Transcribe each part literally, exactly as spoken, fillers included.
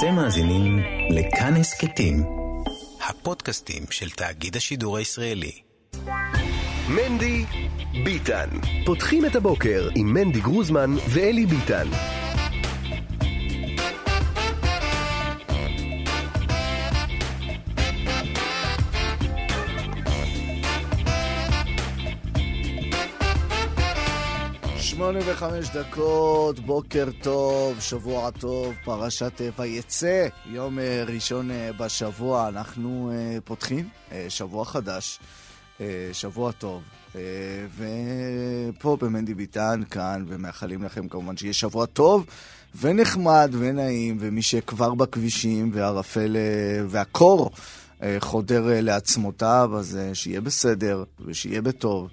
אתם מאזינים לכאן הסכתים, הפודקאסטים של תאגיד השידור הישראלי. מנדי ביטן. פותחים את הבוקר עם מנדי גרוזמן ואלי ביטן. שמונה וחמש דקות, בוקר טוב, שבוע טוב, פרשת ויצא, יום ראשון בשבוע, אנחנו פותחים שבוע חדש, שבוע טוב, ופה במנדי ביטן כאן, ומאחלים לכם כמובן שיהיה שבוע טוב ונחמד ונעים, ומי שכבר בכבישים והרפל והקור חודר לעצמותיו, אז שיהיה בסדר ושיהיה בטוב.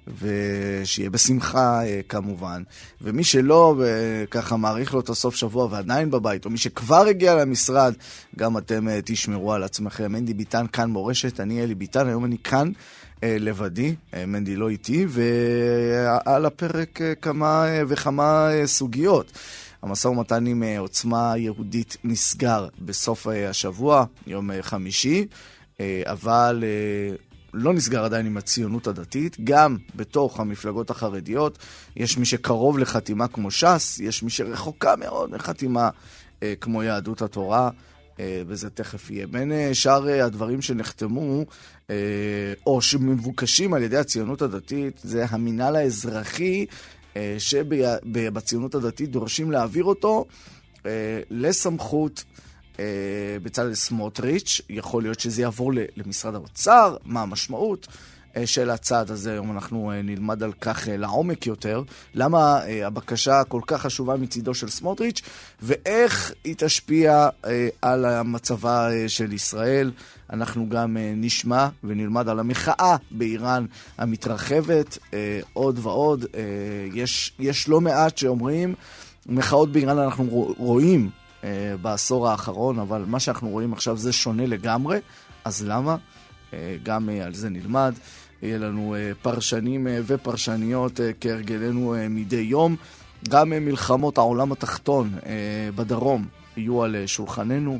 ושיהיה בשמחה כמובן, ומי שלא ככה מעריך לו את הסוף שבוע ועדיין בבית, או מי שכבר הגיע למשרד, גם אתם תשמרו על עצמכם. מנדי ביטן כאן מורשת, אני אלי ביטן, היום אני כאן לבדי, מנדי לא איתי, ועל הפרק כמה וכמה סוגיות. המשא ומתן עם עוצמה יהודית נסגר בסוף השבוע, יום חמישי, אבל לא נסגר עדיין עם הציונות הדתית, גם בתוך המפלגות החרדיות, יש מי שקרוב לחתימה כמו ש"ס, יש מי שרחוקה מאוד מחתימה אה, כמו יהדות התורה, אה, וזה תכף יהיה. בין אה, שאר אה, הדברים שנחתמו, אה, או שמבוקשים על ידי הציונות הדתית, זה המינהל האזרחי, אה, שבציונות הדתית דורשים להעביר אותו אה, לסמכות בצלאל סמוטריץ'. יכול להיות שזה יעבור למשרד האוצר, מה המשמעות של הצעד הזה. היום אנחנו נלמד על כך לעומק יותר, למה הבקשה כל כך חשובה מצידו של סמוטריץ', ואיך היא תשפיע על המצבה של ישראל. אנחנו גם נשמע ונלמד על המחאה באיראן המתרחבת, עוד ועוד. יש, יש לא מעט שאומרים, מחאות באיראן אנחנו רואים בעשור האחרון, אבל מה שאנחנו רואים עכשיו זה שונה לגמרי. אז למה? גם על זה נלמד. יהיה לנו פרשנים ופרשניות כהרגלנו מדי יום. גם מלחמות העולם התחתון בדרום יהיו על שולחננו,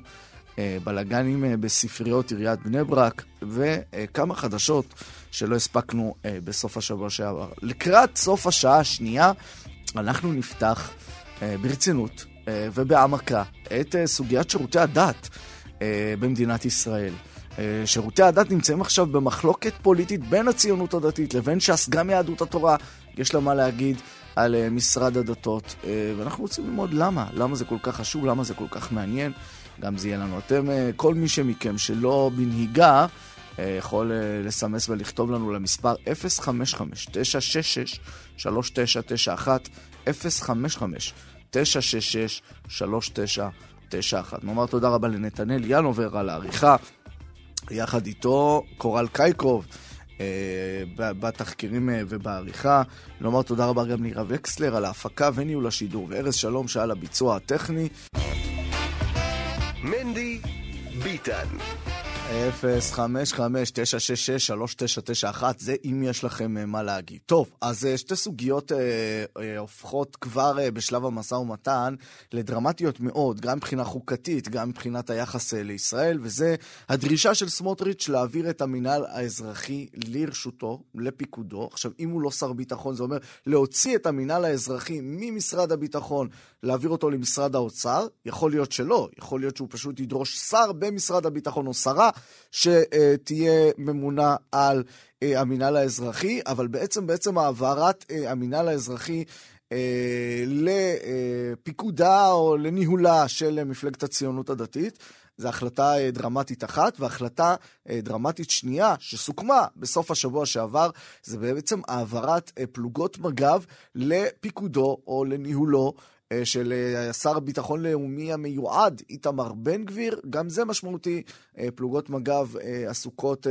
בלגנים בספריות עיריית בני ברק, וכמה חדשות שלא הספקנו בסוף השבוע שעבר. לקראת סוף השעה השנייה אנחנו נפתח ברצינות ובעמקה את סוגיית שירותי הדת במדינת ישראל. שירותי הדת נמצאים עכשיו במחלוקת פוליטית בין הציונות הדתית לבין ש"ס, גם יהדות התורה יש לה מה להגיד על משרד הדתות, ואנחנו רוצים ללמוד למה, למה זה כל כך חשוב, למה זה כל כך מעניין. גם זה יהיה לנו. אתם, כל מי שמכם שלא בנהיגה, יכול לסמס ולכתוב לנו למספר אפס חמש חמש תשע שש שש שלוש תשע תשע אחת, אפס חמש חמש תשע שש שש שלוש תשע תשע אחת. נאמר תודה רבה לנתנאל ינובר על העריכה, יחד איתו קורל קייקוב אה, בתחקירים ובעריכה. נאמר תודה רבה גם לירה וקסלר על ההפקה וניהול השידור, וארז שלום שעל הביצוע הטכני. מנדי ביטן אפס חמש חמש תשע שש שש שלוש תשע תשע אחת, זה אם יש לכם מה להגיד. טוב, אז שתי סוגיות אה, אה, הופכות כבר אה, בשלב המשא ומתן לדרמטיות מאוד, גם מבחינה חוקתית, גם מבחינת היחס אה, לישראל, וזה הדרישה של סמוטריץ' להעביר את המינהל האזרחי לרשותו, לפיקודו. עכשיו, אם הוא לא שר ביטחון, זה אומר להוציא את המינהל האזרחי ממשרד הביטחון, להעביר אותו למשרד האוצר. יכול להיות שלא, יכול להיות שהוא פשוט ידרוש שר במשרד הביטחון או שרה, שתהיה ממונה על המינהל האזרחי, אבל בעצם בעצם העברת המינהל האזרחי לפיקודה או לניהולה של מפלגת הציונות הדתית, זו החלטה דרמטית אחת, והחלטה דרמטית שנייה שסוכמה בסוף השבוע שעבר, זה בעצם העברת פלוגות מג"ב לפיקודו או לניהולו של שר ביטחון לאומי המיועד איתמר בן גביר. גם זה משמעותי. פלוגות מג"ב עסוקות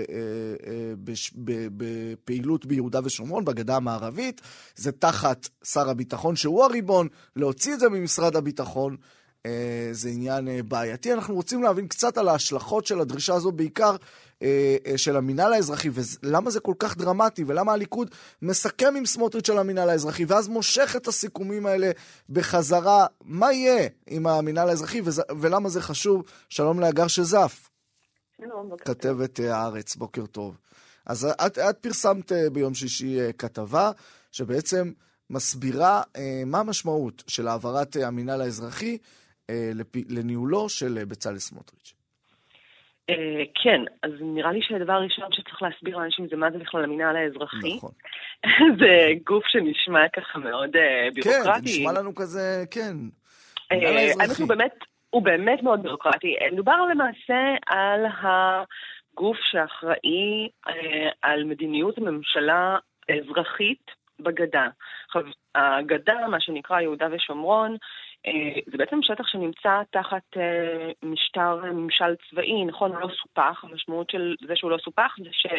בפעילות ביהודה ושומרון, בגדה המערבית. זה תחת שר הביטחון שהוא הריבון להוציא את זה ממשרד הביטחון זה עניין בעייתי. אנחנו רוצים להבין קצת על ההשלכות של הדרישה הזו, בעיקר של המינהל האזרחי, ולמה זה כל כך דרמטי, ולמה הליכוד מסכם עם סמוטריץ' של המינהל האזרחי, ואז מושך את הסיכומים האלה בחזרה. מה יהיה עם המינהל האזרחי, ולמה זה חשוב? שלום להגר שזף. כתבת הארץ, בוקר טוב. אז את, את פרסמת ביום שישי כתבה, שבעצם מסבירה מה המשמעות של העברת המינהל האזרחי לניהולו של בצלאל סמוטריץ'. כן, אז נראה לי שהדבר הראשון שצריך להסביר לאנשים זה מה זה בכלל המינהל האזרחי. נכון. זה גוף שנשמע ככה מאוד בירוקרטי. כן, נשמע לנו כזה, כן. מינהל האזרחי. הוא באמת, הוא באמת מאוד בירוקרטי. מדובר למעשה על הגוף שאחראי על מדיניות הממשלה האזרחית בגדה. הגדה, מה שנקרא יהודה ושומרון, זה בעצם שטח שנמצא תחת משטר ממשל צבאי, נכון, הוא לא סופח. המשמעות של זה שהוא לא סופח זה ש...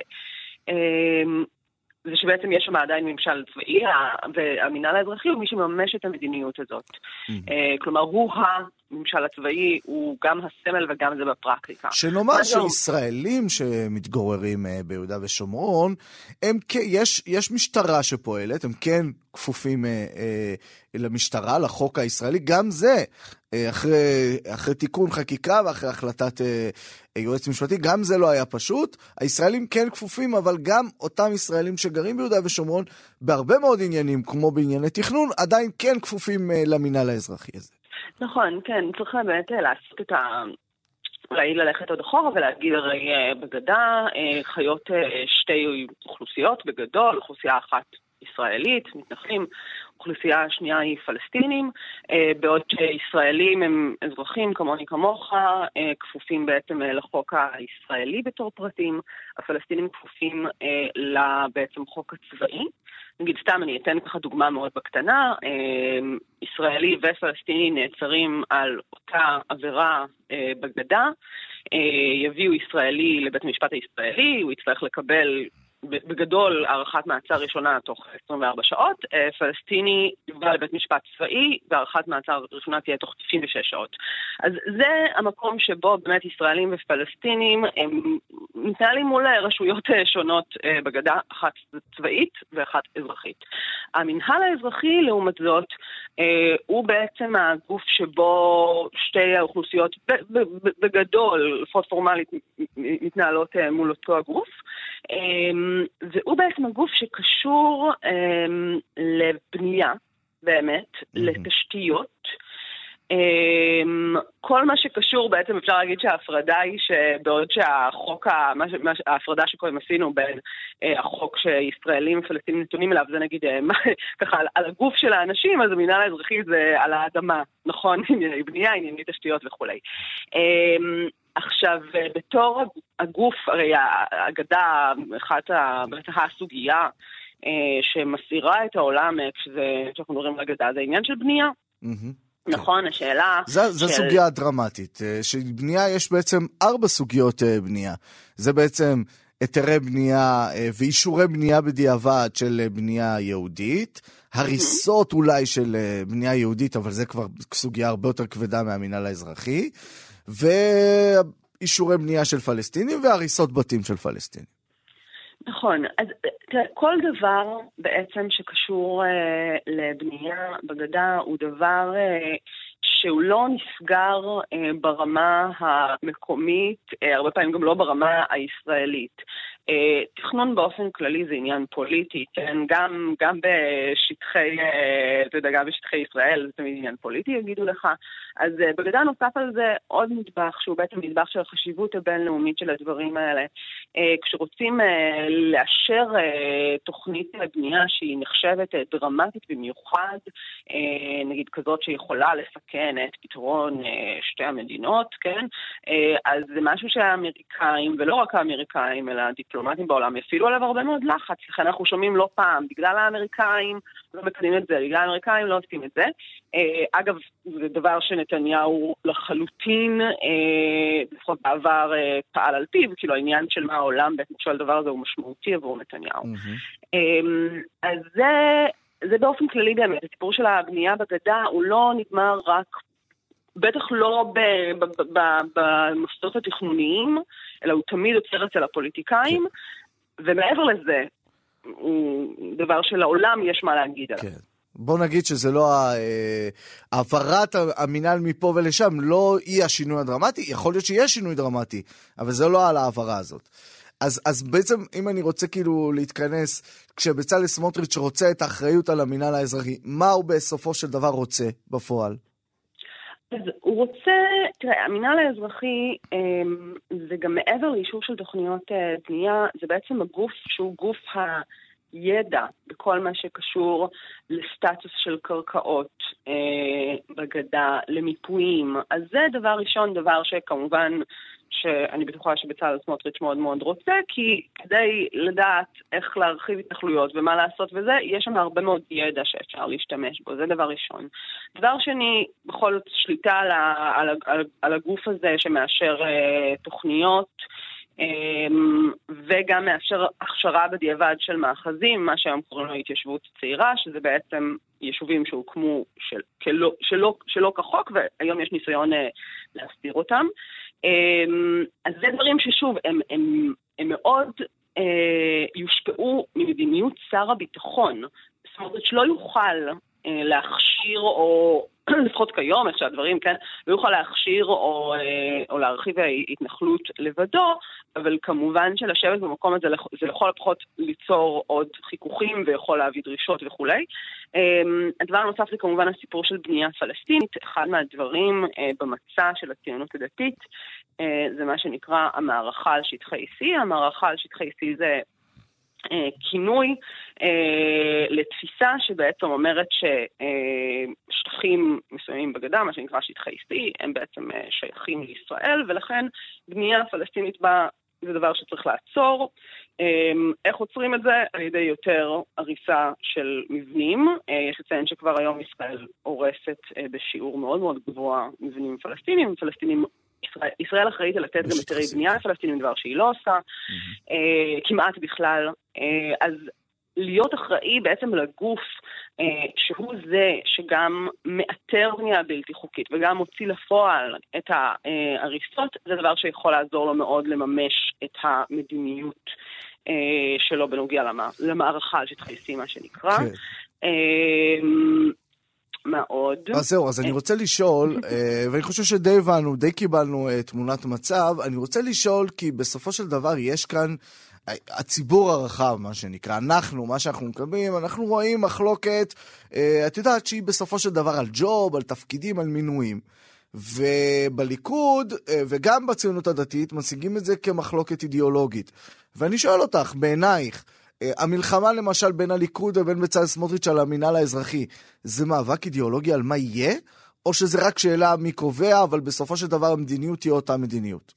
זה שבעצם יש שם עדיין ממשל צבאי, והמינהל האזרחי הוא מי שממש את המדיניות הזאת. כלומר, הוא הממשל הצבאי, הוא גם הסמל וגם זה בפרקטיקה. שנאמר שישראלים שמתגוררים ביהודה ושומרון, יש, יש משטרה שפועלת, הם כן כפופים למשטרה, לחוק הישראלי, גם זה, אחרי, אחרי תיקון חקיקה ואחרי החלטת יועץ משפטי, גם זה לא היה פשוט. הישראלים כן כפופים, אבל גם אותם ישראלים שגרים ביהודה ושומרון, בהרבה מאוד עניינים, כמו בענייני תכנון, עדיין כן כפופים למינהל האזרחי הזה. נכון, כן, צריך באמת לעשות את ה... אולי ללכת עוד אחורה ולהגיד, הרי בגדה חיות שתי אוכלוסיות בגדול, אוכלוסייה אחת ישראלית, מתנחלים, אוכלוסייה השנייה היא פלסטינים, בעוד שישראלים הם אזרחים כמוני כמוך, כפופים בעצם לחוק הישראלי בתור פרטים, הפלסטינים כפופים לבעצם חוק הצבאי. נגיד סתם, אני אתן ככה דוגמה מאוד בקטנה, ישראלי ופלסטיני נעצרים על אותה עבירה בגדה, יביאו ישראלי לבית המשפט הישראלי, הוא יצטרך לקבל בגדול הערכת מעצר ראשונה תוך עשרים וארבע שעות, פלסטיני יובא לבית משפט צבאי, והערכת מעצר ראשונה תהיה תוך תשעים ושש שעות. אז זה המקום שבו באמת ישראלים ופלסטינים הם מתנהלים מול רשויות שונות בגדה, אחת צבאית ואחת אזרחית. המנהל האזרחי לעומת זאת, הוא בעצם הגוף שבו שתי האוכלוסיות בגדול, לפחות פורמלית, מתנהלות מול אותו הגוף, והוא בעצם הגוף שקשור um, לבנייה, באמת, mm-hmm. לתשתיות. Um, כל מה שקשור, בעצם אפשר להגיד שההפרדה היא שבעוד שהחוק, מה, מה, ההפרדה שקודם עשינו בין uh, החוק שישראלים ופלסטינים נתונים אליו, זה נגיד uh, ככה על, על הגוף של האנשים, אז המינהל האזרחי זה על האדמה, נכון? ענייני בנייה, ענייני תשתיות וכו'. Um, עכשיו, בתור הגוף, הרי הגדה, אחת הסוגיה שמסירה את העולם כשאנחנו מדברים על הגדה, זה העניין של בנייה. נכון, השאלה... זו סוגיה דרמטית. שבנייה יש בעצם ארבע סוגיות בנייה. זה בעצם היתרי בנייה ואישורי בנייה בדיעבד של בנייה יהודית, הריסות אולי של בנייה יהודית, אבל זה כבר סוגיה הרבה יותר כבדה מהמינהל האזרחי, ואישורי בנייה של פלסטינים והריסות בתים של פלסטינים. נכון, אז כל דבר בעצם שקשור אה, לבנייה בגדה הוא דבר אה, שהוא לא נסגר אה, ברמה המקומית, אה, הרבה פעמים גם לא ברמה הישראלית. אה, תכנון באופן כללי זה עניין פוליטי, כן? גם, גם בשטחי, אה, אתה יודע, גם בשטחי ישראל זה תמיד עניין פוליטי, יגידו לך. אז אה, בגדה נוסף על זה עוד נדבך, שהוא בעצם נדבך של החשיבות הבינלאומית של הדברים האלה. אה, כשרוצים אה, לאשר אה, תוכנית בנייה שהיא נחשבת אה, דרמטית במיוחד, אה, נגיד כזאת שיכולה לסכן את פתרון אה, שתי המדינות, כן? אה, אז זה משהו שהאמריקאים, ולא רק האמריקאים, אלא הדיפלומטים בעולם, יפעילו עליו הרבה מאוד לחץ. לכן אנחנו שומעים לא פעם, בגלל האמריקאים לא מקדמים את זה, בגלל האמריקאים לא עושים את זה. אה, אגב, זה דבר שנתניהו לחלוטין, אה, לפחות בעבר אה, פעל על פיו, כאילו העניין של מה העולם, בעצם של דבר הזה הוא משמעותי עבור נתניהו. Mm-hmm. אה, אז זה, זה באופן כללי באמת, הסיפור של הבנייה בגדה הוא לא נגמר רק בטח לא במוסדות התכנוניים, אלא הוא תמיד עוצר אצל הפוליטיקאים, ומעבר לזה, הוא דבר שלעולם יש מה להגיד עליו. כן. בוא נגיד שזה לא העברת המינהל מפה ולשם, לא היא השינוי הדרמטי, יכול להיות שיהיה שינוי דרמטי, אבל זה לא על העברה הזאת. אז, אז בעצם, אם אני רוצה כאילו להתכנס, כשבצלאל סמוטריץ' רוצה את האחריות על המינהל האזרחי, מה הוא בסופו של דבר רוצה בפועל? אז הוא רוצה, תראה, המינהל האזרחי זה גם מעבר לאישור של תוכניות בנייה, זה בעצם הגוף שהוא גוף הידע בכל מה שקשור לסטטוס של קרקעות בגדה, למיפויים. אז זה דבר ראשון, דבר שכמובן שאני בטוחה שבצלאל סמוטריץ' מאוד מאוד רוצה, כי כדי לדעת איך להרחיב התנחלויות ומה לעשות וזה, יש שם הרבה מאוד ידע שאפשר להשתמש בו, זה דבר ראשון. דבר שני, בכל זאת שליטה על, ה, על, על, על הגוף הזה שמאשר uh, תוכניות, um, וגם מאפשר הכשרה בדיעבד של מאחזים, מה שהיום קוראים לו התיישבות צעירה, שזה בעצם יישובים שהוקמו של, שלא, שלא, שלא כחוק, והיום יש ניסיון uh, להסתיר אותם. אז זה דברים ששוב, הם, הם, הם מאוד אה, יושפעו ממדיניות שר הביטחון. סמוטריץ' לא יוכל אה, להכשיר, או לפחות כיום, איך שהדברים, כן, לא יוכל להכשיר או, אה, או להרחיב התנחלות לבדו, אבל כמובן שלשבת במקום הזה זה לכל הפחות ליצור עוד חיכוכים ויכול להביא דרישות וכו'. הדבר הנוסף זה כמובן הסיפור של בנייה פלסטינית. אחד מהדברים במצע של הציונות הדתית זה מה שנקרא המערכה על שטחי C. המערכה על שטחי C זה כינוי לתפיסה שבעצם אומרת ששטחים מסוימים בגדה, מה שנקרא שטחי C, הם בעצם שייכים לישראל, ולכן בנייה פלסטינית בה זה דבר שצריך לעצור. איך עוצרים את זה? על ידי יותר הריסה של מבנים. יש לציין שכבר היום ישראל הורסת בשיעור מאוד מאוד גבוה מבנים פלסטינים. פלסטינים, ישראל, ישראל אחראית לתת גם היתרי בנייה לפלסטינים, דבר שהיא לא עושה, כמעט בכלל. אז להיות אחראי בעצם לגוף שהוא זה שגם מאתר בנייה בלתי חוקית וגם מוציא לפועל את ההריסות, זה דבר שיכול לעזור לו מאוד לממש את המדיניות שלו בנוגע למערכה על שטחי C, מה שנקרא. מה עוד? אז זהו, אז אני רוצה לשאול, ואני חושב שדי הבנו, די קיבלנו תמונת מצב, אני רוצה לשאול כי בסופו של דבר יש כאן הציבור הרחב, מה שנקרא, אנחנו, מה שאנחנו מקבלים, אנחנו רואים מחלוקת, את יודעת שהיא בסופו של דבר על ג'וב, על תפקידים, על מינויים. ובליכוד, וגם בציונות הדתית, משיגים את זה כמחלוקת אידיאולוגית. ואני שואל אותך, בעינייך, המלחמה למשל בין הליכוד ובין בצלאל סמוטריץ' על המינהל האזרחי, זה מאבק אידיאולוגי על מה יהיה? או שזה רק שאלה מי קובע, אבל בסופו של דבר המדיניות תהיה אותה מדיניות?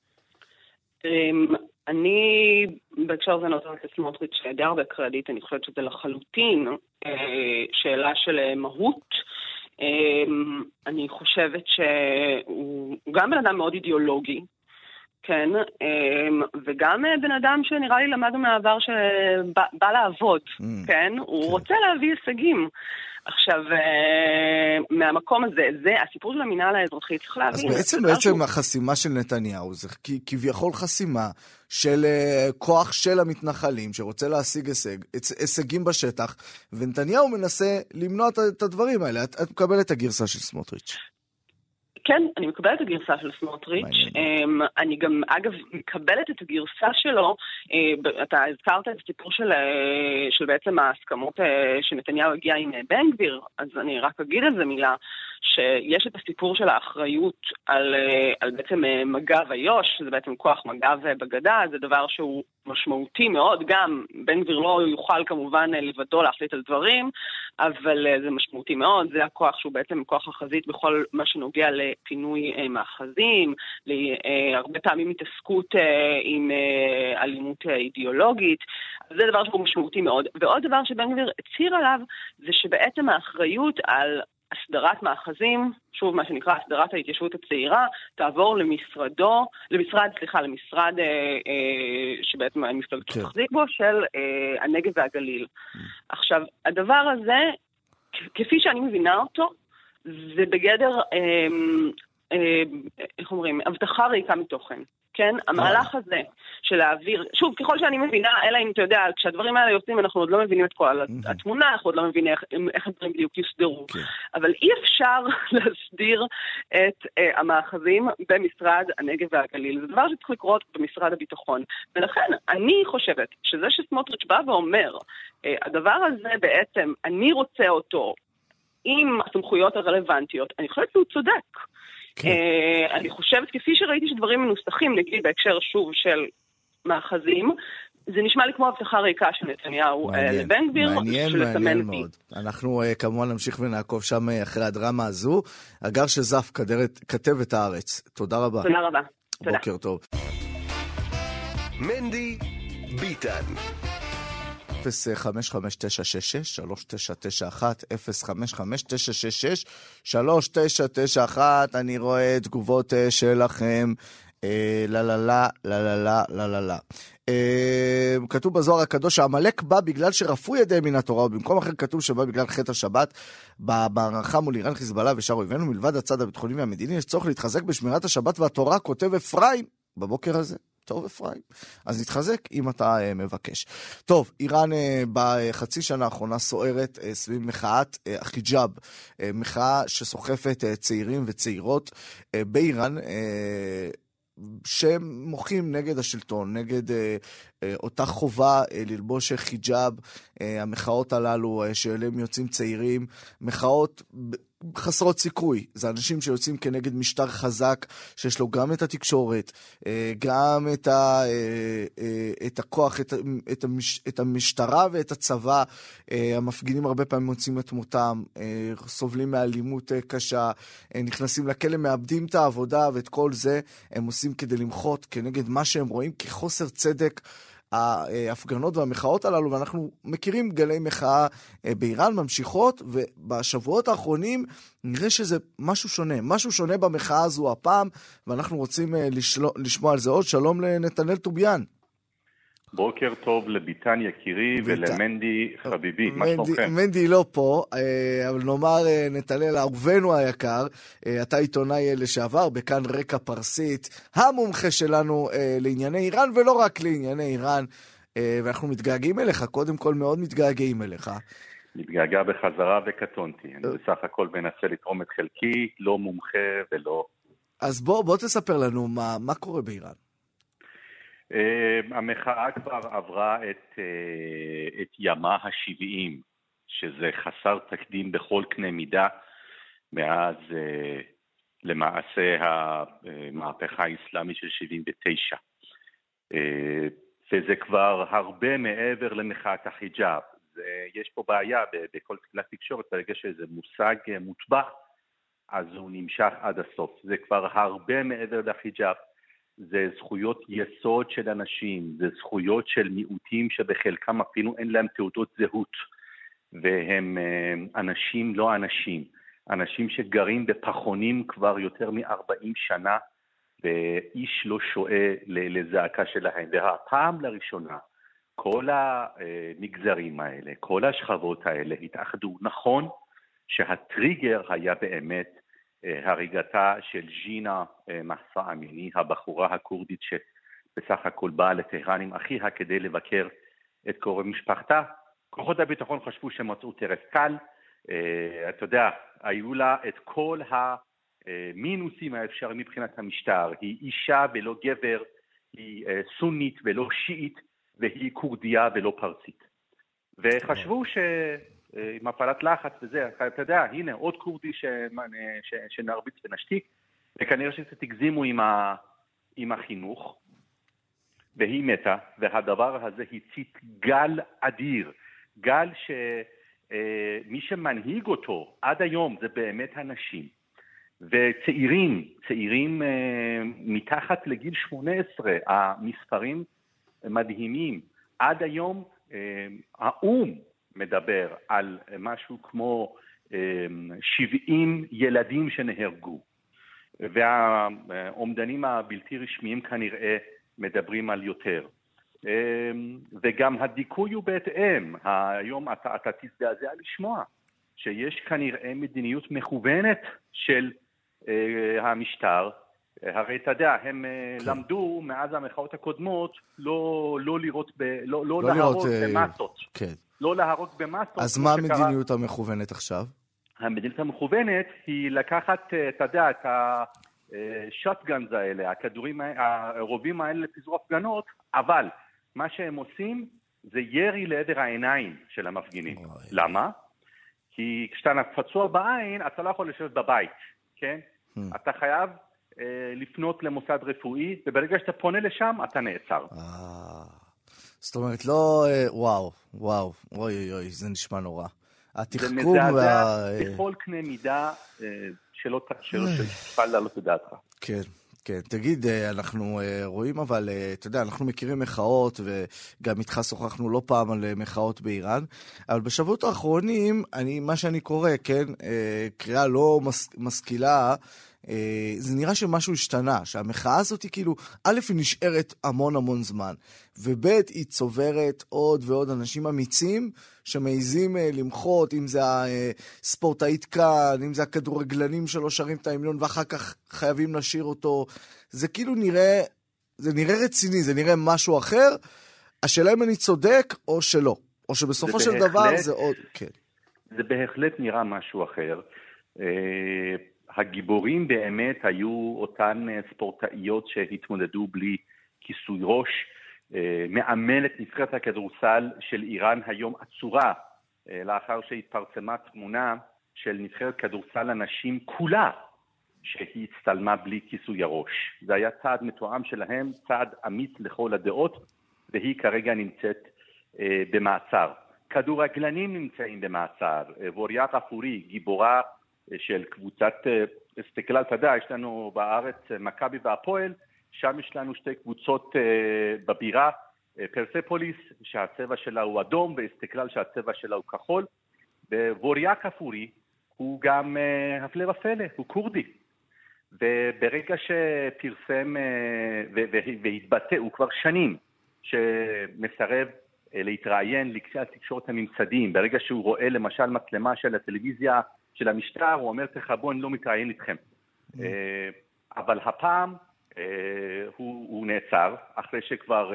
אני, בהקשר זה נותנת לסמוטריץ' די הרבה קרדיט, אני חושבת שזה לחלוטין שאלה של מהות. אני חושבת שהוא גם בן אדם מאוד אידיאולוגי, כן, וגם בן אדם שנראה לי למדנו מהעבר שבא לעבוד, כן, הוא רוצה להביא הישגים. עכשיו, מהמקום הזה, זה הסיפור של המינהל האזרחי, צריך להבין. אז בעצם, בעצם החסימה של נתניהו, זה כביכול חסימה של כוח של המתנחלים, שרוצה להשיג הישג, הישגים בשטח, ונתניהו מנסה למנוע את הדברים האלה. את, את מקבלת את הגרסה של סמוטריץ'. כן, אני מקבלת את הגרסה של סמוטריץ'. אני גם, אגב, מקבלת את הגרסה שלו. אתה הזכרת את הסיפור של, של בעצם ההסכמות שנתניהו הגיע עם בן גביר, אז אני רק אגיד על זה מילה, שיש את הסיפור של האחריות על, על בעצם מג"ב איו"ש, שזה בעצם כוח מג"ב בגדה, זה דבר שהוא משמעותי מאוד, גם בן גביר לא יוכל כמובן לבדו להחליט על דברים, אבל זה משמעותי מאוד, זה הכוח שהוא בעצם כוח החזית בכל מה שנוגע לפינוי מאחזים, הרבה פעמים התעסקות עם אלימות אידיאולוגית, זה דבר שהוא משמעותי מאוד. ועוד דבר שבן גביר הצהיר עליו, זה שבעצם האחריות על הסדרת מאחזים, שוב מה שנקרא הסדרת ההתיישבות הצעירה, תעבור למשרדו, למשרד, סליחה, למשרד אה, אה, שבעצם המפלגת תחזיק בו, של אה, הנגב והגליל. עכשיו, הדבר הזה, כפי שאני מבינה אותו, זה בגדר, איך אומרים, הבטחה ריקה מתוכן. כן, המהלך הזה של להעביר, שוב, ככל שאני מבינה, אלא אם אתה יודע, כשהדברים האלה יוצאים, אנחנו עוד לא מבינים את כל התמונה, אנחנו עוד לא מבינים איך הדברים בדיוק יוסדרו. אבל אי אפשר להסדיר את המאחזים במשרד הנגב והגליל. זה דבר שצריך לקרות במשרד הביטחון. ולכן אני חושבת שזה שסמוטריץ' בא ואומר, הדבר הזה בעצם, אני רוצה אותו עם הסמכויות הרלוונטיות, אני חושבת שהוא צודק. Uh, אני חושבת, כפי שראיתי שדברים מנוסחים, נגיד בהקשר שוב של מאחזים, זה נשמע לי כמו הבטחה ריקה של נתניהו לבן גביר. מעניין, מעניין מאוד. אנחנו uh, כמובן נמשיך ונעקוב שם uh, אחרי הדרמה הזו. אגר שזף, כתב את הארץ. תודה רבה. תודה רבה. בוקר טוב. מנדי ביטן אפס חמש חמש תשע שש שש שלוש תשע תשע אחת אפס חמש חמש תשע שש שש שלוש תשע תשע אחת. אני רואה תגובות שלכם. לה לה לה לה לה לה לה לה לה. כתוב בזוהר הקדוש שהמלאק בא בגלל שרפו ידיהם מן התורה, ובמקום אחר כתוב שבא בגלל חטא השבת. במערכה מול איראן, חיזבאללה ושאר אויבינו, מלבד הצד הביטחוני והמדיני, יש צורך להתחזק בשמירת השבת והתורה, כותב אפרים בבוקר הזה. טוב אפרים, אז נתחזק אם אתה uh, מבקש. טוב, איראן uh, בחצי שנה האחרונה סוערת uh, סביב מחאת uh, החיג'אב, uh, מחאה שסוחפת uh, צעירים וצעירות uh, באיראן, uh, שמוחים נגד השלטון, נגד אה, אה, אותה חובה אה, ללבוש חיג'אב, אה, המחאות הללו אה, שאליהם יוצאים צעירים, מחאות חסרות סיכוי. זה אנשים שיוצאים כנגד משטר חזק, שיש לו גם את התקשורת, אה, גם את, ה, אה, אה, את הכוח, את, את, המש, את המשטרה ואת הצבא. אה, המפגינים הרבה פעמים מוצאים את מותם, אה, סובלים מאלימות אה, קשה, אה, נכנסים לכלא, מאבדים את העבודה, ואת כל זה הם עושים כדי למחות כנגד מה שהם רואים כחוסר צדק ההפגנות והמחאות הללו, ואנחנו מכירים גלי מחאה באיראן ממשיכות, ובשבועות האחרונים נראה שזה משהו שונה, משהו שונה במחאה הזו הפעם, ואנחנו רוצים לשלו, לשמוע על זה עוד. שלום לנתנאל טוביאן. בוקר טוב לביטן יקירי ולמנדי חביבי, מה שלומכם? מנדי לא פה, אבל נאמר נתנאל, אהובנו היקר, אתה עיתונאי לשעבר בכאן רקע פרסית, המומחה שלנו לענייני איראן ולא רק לענייני איראן, ואנחנו מתגעגעים אליך, קודם כל מאוד מתגעגעים אליך. מתגעגע בחזרה וקטונתי, אני בסך הכל מנסה לתרום את חלקי, לא מומחה ולא... אז בוא, בוא תספר לנו מה, מה קורה באיראן. Uh, המחאה כבר עברה את, uh, את ימה ה-שבעים, שזה חסר תקדים בכל קנה מידה, מאז uh, למעשה המהפכה האסלאמית של שבעים ותשע. Uh, וזה כבר הרבה מעבר למחאת החיג'אב. זה, יש פה בעיה בכל כלי תקשורת, ברגע שזה מושג מוטבע, אז הוא נמשך עד הסוף. זה כבר הרבה מעבר לחיג'אב. זה זכויות יסוד של אנשים, זה זכויות של מיעוטים שבחלקם אפילו אין להם תעודות זהות, והם אנשים לא אנשים, אנשים שגרים בפחונים כבר יותר מ-ארבעים שנה, ואיש לא שואה לזעקה שלהם. והפעם לראשונה, כל המגזרים האלה, כל השכבות האלה התאחדו. נכון שהטריגר היה באמת הריגתה של ג'ינה מחסה אמיני, הבחורה הקורדית שבסך הכל באה לטהרן עם אחיה כדי לבקר את קרובי משפחתה. כוחות הביטחון חשבו שמצאו טרף קל, אתה יודע, היו לה את כל המינוסים האפשריים מבחינת המשטר. היא אישה ולא גבר, היא סונית ולא שיעית, והיא קורדיה ולא פרסית. וחשבו ש... עם הפעלת לחץ וזה, אתה יודע, הנה עוד קורדי ש... ש... שנרביץ ונשתיק, וכנראה שתגזימו עם, ה... עם החינוך, והיא מתה, והדבר הזה הצית גל אדיר, גל שמי שמנהיג אותו עד היום זה באמת אנשים, וצעירים, צעירים מתחת לגיל שמונה עשרה, המספרים מדהימים, עד היום האום, מדבר על משהו כמו שבעים ילדים שנהרגו, והעומדנים הבלתי רשמיים כנראה מדברים על יותר, וגם הדיכוי הוא בהתאם. היום אתה, אתה תזדעזע לשמוע שיש כנראה מדיניות מכוונת של אה, המשטר. הרי אתה יודע, הם כן. למדו מאז המחאות הקודמות לא, לא לראות, ב, לא, לא, לא להרוג לראות, במסות. כן. לא להרוג במסות. אז מה המדיניות שקרה... המכוונת עכשיו? המדיניות המכוונת היא לקחת, אתה יודע, את השוטגנס האלה, הכדורים, הרובים האלה לפיזור הפגנות, אבל מה שהם עושים זה ירי לעבר העיניים של המפגינים. אוי. למה? כי כשאתה פצוע בעין, אתה לא יכול לשבת בבית, כן? Hmm. אתה חייב אה, לפנות למוסד רפואי, וברגע שאתה פונה לשם, אתה נעצר. אה, זאת אומרת, לא, אה, וואו, וואו, אוי אוי אוי, זה נשמע נורא. התחכום וה... זה מזעזע בכל קנה מידה אה, שלא תוכל לעלות בדעתך. כן. כן, תגיד, אנחנו רואים אבל, אתה יודע, אנחנו מכירים מחאות, וגם איתך שוחחנו לא פעם על מחאות באיראן, אבל בשבועות האחרונים, אני, מה שאני קורא, כן, קריאה לא משכילה, זה נראה שמשהו השתנה, שהמחאה הזאת היא כאילו, א' היא נשארת המון המון זמן, וב' היא צוברת עוד ועוד אנשים אמיצים, שמעיזים למחות, אם זה הספורטאית כאן, אם זה הכדורגלנים שלו שרים את ההמנון, ואחר כך חייבים לשיר אותו, זה כאילו נראה, זה נראה רציני, זה נראה משהו אחר, השאלה אם אני צודק או שלא, או שבסופו של בהחלט, דבר זה עוד, כן. זה בהחלט נראה משהו אחר, הגיבורים באמת היו אותן ספורטאיות שהתמודדו בלי כיסוי ראש, מאמנת נבחרת הכדורסל של איראן היום עצורה, לאחר שהתפרסמה תמונה של נבחרת כדורסל הנשים כולה, שהיא הצטלמה בלי כיסוי הראש. זה היה צעד מתואם שלהם, צעד אמיץ לכל הדעות, והיא כרגע נמצאת במעצר. כדורגלנים נמצאים במעצר, ווריה גפורי, גיבורה של קבוצת אסתקלל, אתה יודע, יש לנו בארץ מכבי והפועל, שם יש לנו שתי קבוצות בבירה, פרספוליס, שהצבע שלה הוא אדום, ואסתקלל שהצבע שלה הוא כחול, וווריה גפורי הוא גם הפלא ופלא, הוא קורדי. וברגע שפרסם והתבטא, הוא כבר שנים שמסרב להתראיין לכלי התקשורת הממסדיים, ברגע שהוא רואה למשל מצלמה של הטלוויזיה של המשטר, הוא אומר, תחבו, אני לא מתראיין איתכם. אבל הפעם הוא, הוא נעצר, אחרי שכבר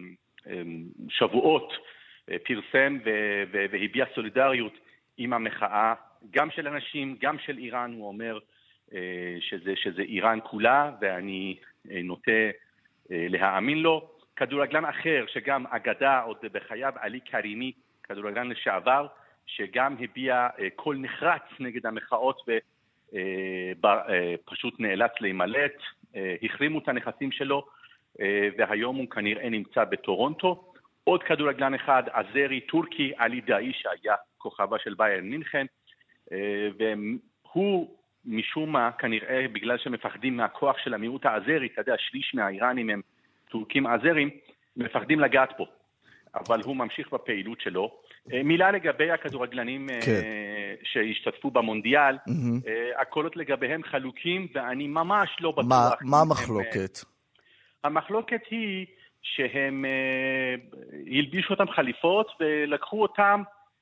שבועות פרסם והביע סולידריות עם המחאה, גם של אנשים, גם של איראן, הוא אומר שזה, שזה איראן כולה, ואני נוטה להאמין לו. כדורגלן אחר, שגם אגדה עוד בחייו, עלי קרימי, כדורגלן לשעבר, שגם הביע קול נחרץ נגד המחאות ופשוט נאלץ להימלט, החרימו את הנכסים שלו, והיום הוא כנראה נמצא בטורונטו. עוד כדורגלן אחד, עזרי טורקי, עלי דאי, שהיה כוכבה של ביירן מינכן, והוא משום מה, כנראה בגלל שמפחדים מהכוח של המיעוט העזרי, אתה יודע, שליש מהאיראנים הם טורקים עזרים, מפחדים לגעת פה. אבל הוא ממשיך בפעילות שלו. מילה לגבי הכדורגלנים כן. שהשתתפו במונדיאל, mm-hmm. הקולות לגביהם חלוקים, ואני ממש לא בטוח. מה, מה המחלוקת? המחלוקת היא שהם הלבישו אותם חליפות, ולקחו אותם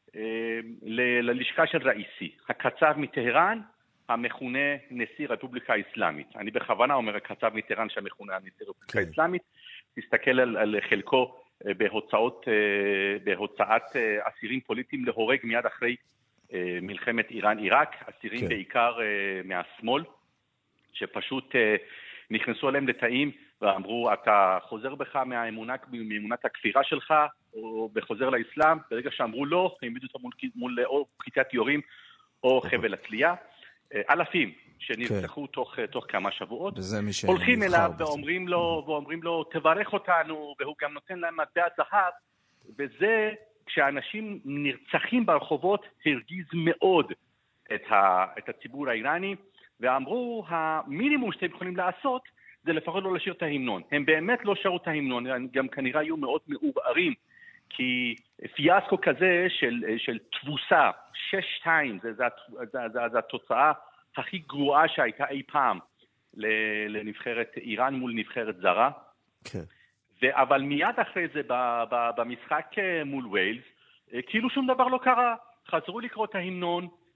ללשכה של ראיסי, הקצב מטהרן, המכונה נשיא רפובליקה האסלאמית. אני בכוונה אומר הקצב מטהרן שהמכונה נשיא רפובליקה האסלאמית, תסתכל על, על חלקו בהוצאות, בהוצאת אסירים פוליטיים להורג מיד אחרי מלחמת איראן-עיראק, אסירים כן. בעיקר מהשמאל, שפשוט נכנסו עליהם לתאים ואמרו, אתה חוזר בך מהאמונה, מאמונת הכפירה שלך, או בחוזר לאסלאם, ברגע שאמרו לא, הם העמידו אותם מול, מול או כיתת יורים או חבל התלייה. אלפים שנרצחו כן. תוך, תוך כמה שבועות, הולכים אליו ואומרים לו, ואומרים לו, תברך אותנו, והוא גם נותן להם מטבע זהב, וזה, כשאנשים נרצחים ברחובות, הרגיז מאוד את, ה, את הציבור האיראני, ואמרו, המינימום שאתם יכולים לעשות, זה לפחות לא לשיר את ההמנון. הם באמת לא שרו את ההמנון, הם גם כנראה היו מאוד מעובערים, כי פיאסקו כזה של, של תבוסה, שש שתיים, זה, זה, זה, זה, זה התוצאה הכי גרועה שהייתה אי פעם לנבחרת איראן מול נבחרת זרה. כן. ו, אבל מיד אחרי זה, ב, ב, במשחק מול ווילס, כאילו שום דבר לא קרה. חזרו לקרוא את ההמנון,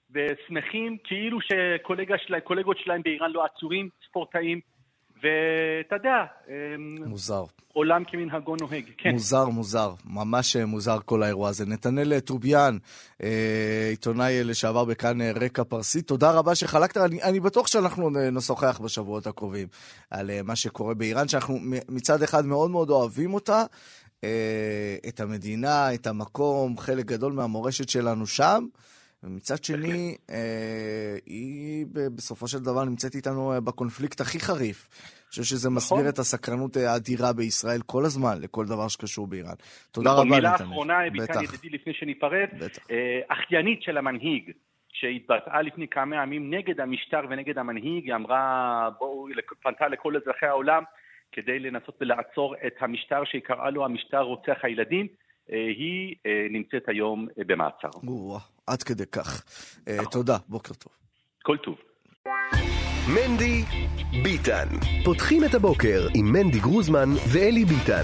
ושמחים כאילו שקולגות שלהם באיראן לא עצורים, ספורטאים, ואתה יודע, מוזר. עולם כמנהגו נוהג. כן. מוזר, מוזר. ממש מוזר כל האירוע הזה. נתנאל טרוביאן, עיתונאי לשעבר בכאן רקע פרסי, תודה רבה שחלקת. אני, אני בטוח שאנחנו נשוחח בשבועות הקרובים על מה שקורה באיראן, שאנחנו מצד אחד מאוד מאוד אוהבים אותה, את המדינה, את המקום, חלק גדול מהמורשת שלנו שם, ומצד שני, היא בסופו של דבר נמצאת איתנו בקונפליקט הכי חריף. אני חושב שזה מסביר את הסקרנות האדירה בישראל כל הזמן, לכל דבר שקשור באיראן. תודה רבה, נתנאל. מילה אחרונה, ביטן ידידי, לפני שניפרד, אחיינית של המנהיג, שהתבטאה לפני כמה ימים נגד המשטר ונגד המנהיג, היא אמרה, בואו, פנתה לכל אזרחי העולם, כדי לנסות ולעצור את המשטר שקראה לו המשטר רוצח הילדים, היא נמצאת היום במעצר. עד כדי כך. תודה, בוקר טוב. כל טוב. מנדי ביטן. פותחים את הבוקר עם מנדי גרוזמן ואלי ביטן.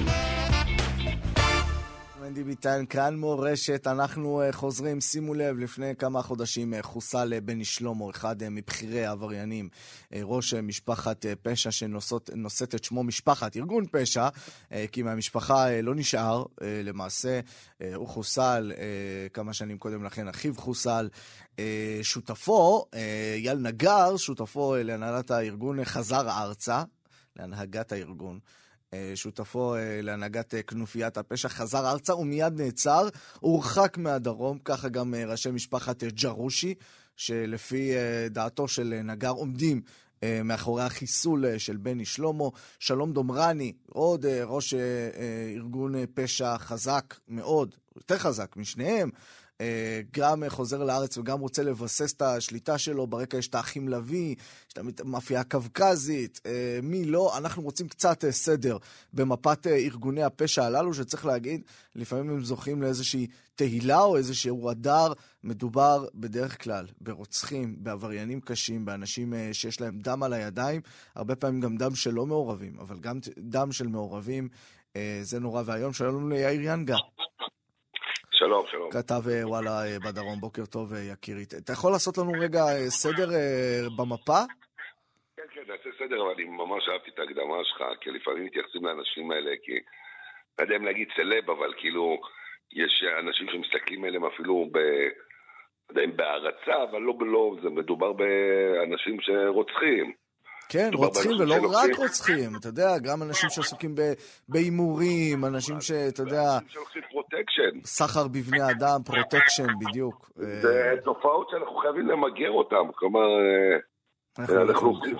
מנדי ביטן, כאן מורשת, אנחנו חוזרים, שימו לב, לפני כמה חודשים חוסל בני שלמה, אחד מבחירי העבריינים, ראש משפחת פשע שנושאת את שמו משפחת, ארגון פשע, כי מהמשפחה לא נשאר, למעשה הוא חוסל, כמה שנים קודם לכן אחיו חוסל, שותפו, יל נגר, שותפו להנהלת הארגון חזר ארצה, להנהגת הארגון, שותפו להנהגת כנופיית הפשע, חזר ארצה ומיד נעצר, הורחק מהדרום, ככה גם ראשי משפחת ג'רושי, שלפי דעתו של נגר עומדים מאחורי החיסול של בני שלמה. שלום דומרני, עוד ראש ארגון פשע חזק מאוד, יותר חזק משניהם, גם חוזר לארץ וגם רוצה לבסס את השליטה שלו. ברקע יש את האחים לוי, יש את המאפיה הקווקזית, מי לא. אנחנו רוצים קצת סדר במפת ארגוני הפשע הללו, שצריך להגיד, לפעמים הם זוכים לאיזושהי תהילה או איזשהו הדר. מדובר בדרך כלל ברוצחים, בעבריינים קשים, באנשים שיש להם דם על הידיים, הרבה פעמים גם דם שלא מעורבים, אבל גם דם של מעורבים. זה נורא והיום. שלום ליאיר ינגה. שלום, שלום. כתב וואלה בדרום, בוקר טוב יקירי. אתה יכול לעשות לנו רגע סדר במפה? כן, כן, נעשה סדר, אבל אני ממש אהבתי את ההקדמה שלך, כי לפעמים מתייחסים לאנשים האלה, כי לא יודע אם להגיד סלב, אבל כאילו יש אנשים שמסתכלים עליהם אפילו ב... לא יודע אם בהערצה, אבל לא בלא, זה מדובר באנשים שרוצחים. כן, רוצחים ולא רק רוצחים, אתה יודע, גם אנשים שעסוקים באימורים, אנשים שאתה יודע, אנשים שלוקחים פרוטקשן. סחר בבני אדם, פרוטקשן, בדיוק. זה תופעות שאנחנו חייבים למגר אותם, כלומר, אנחנו עושים.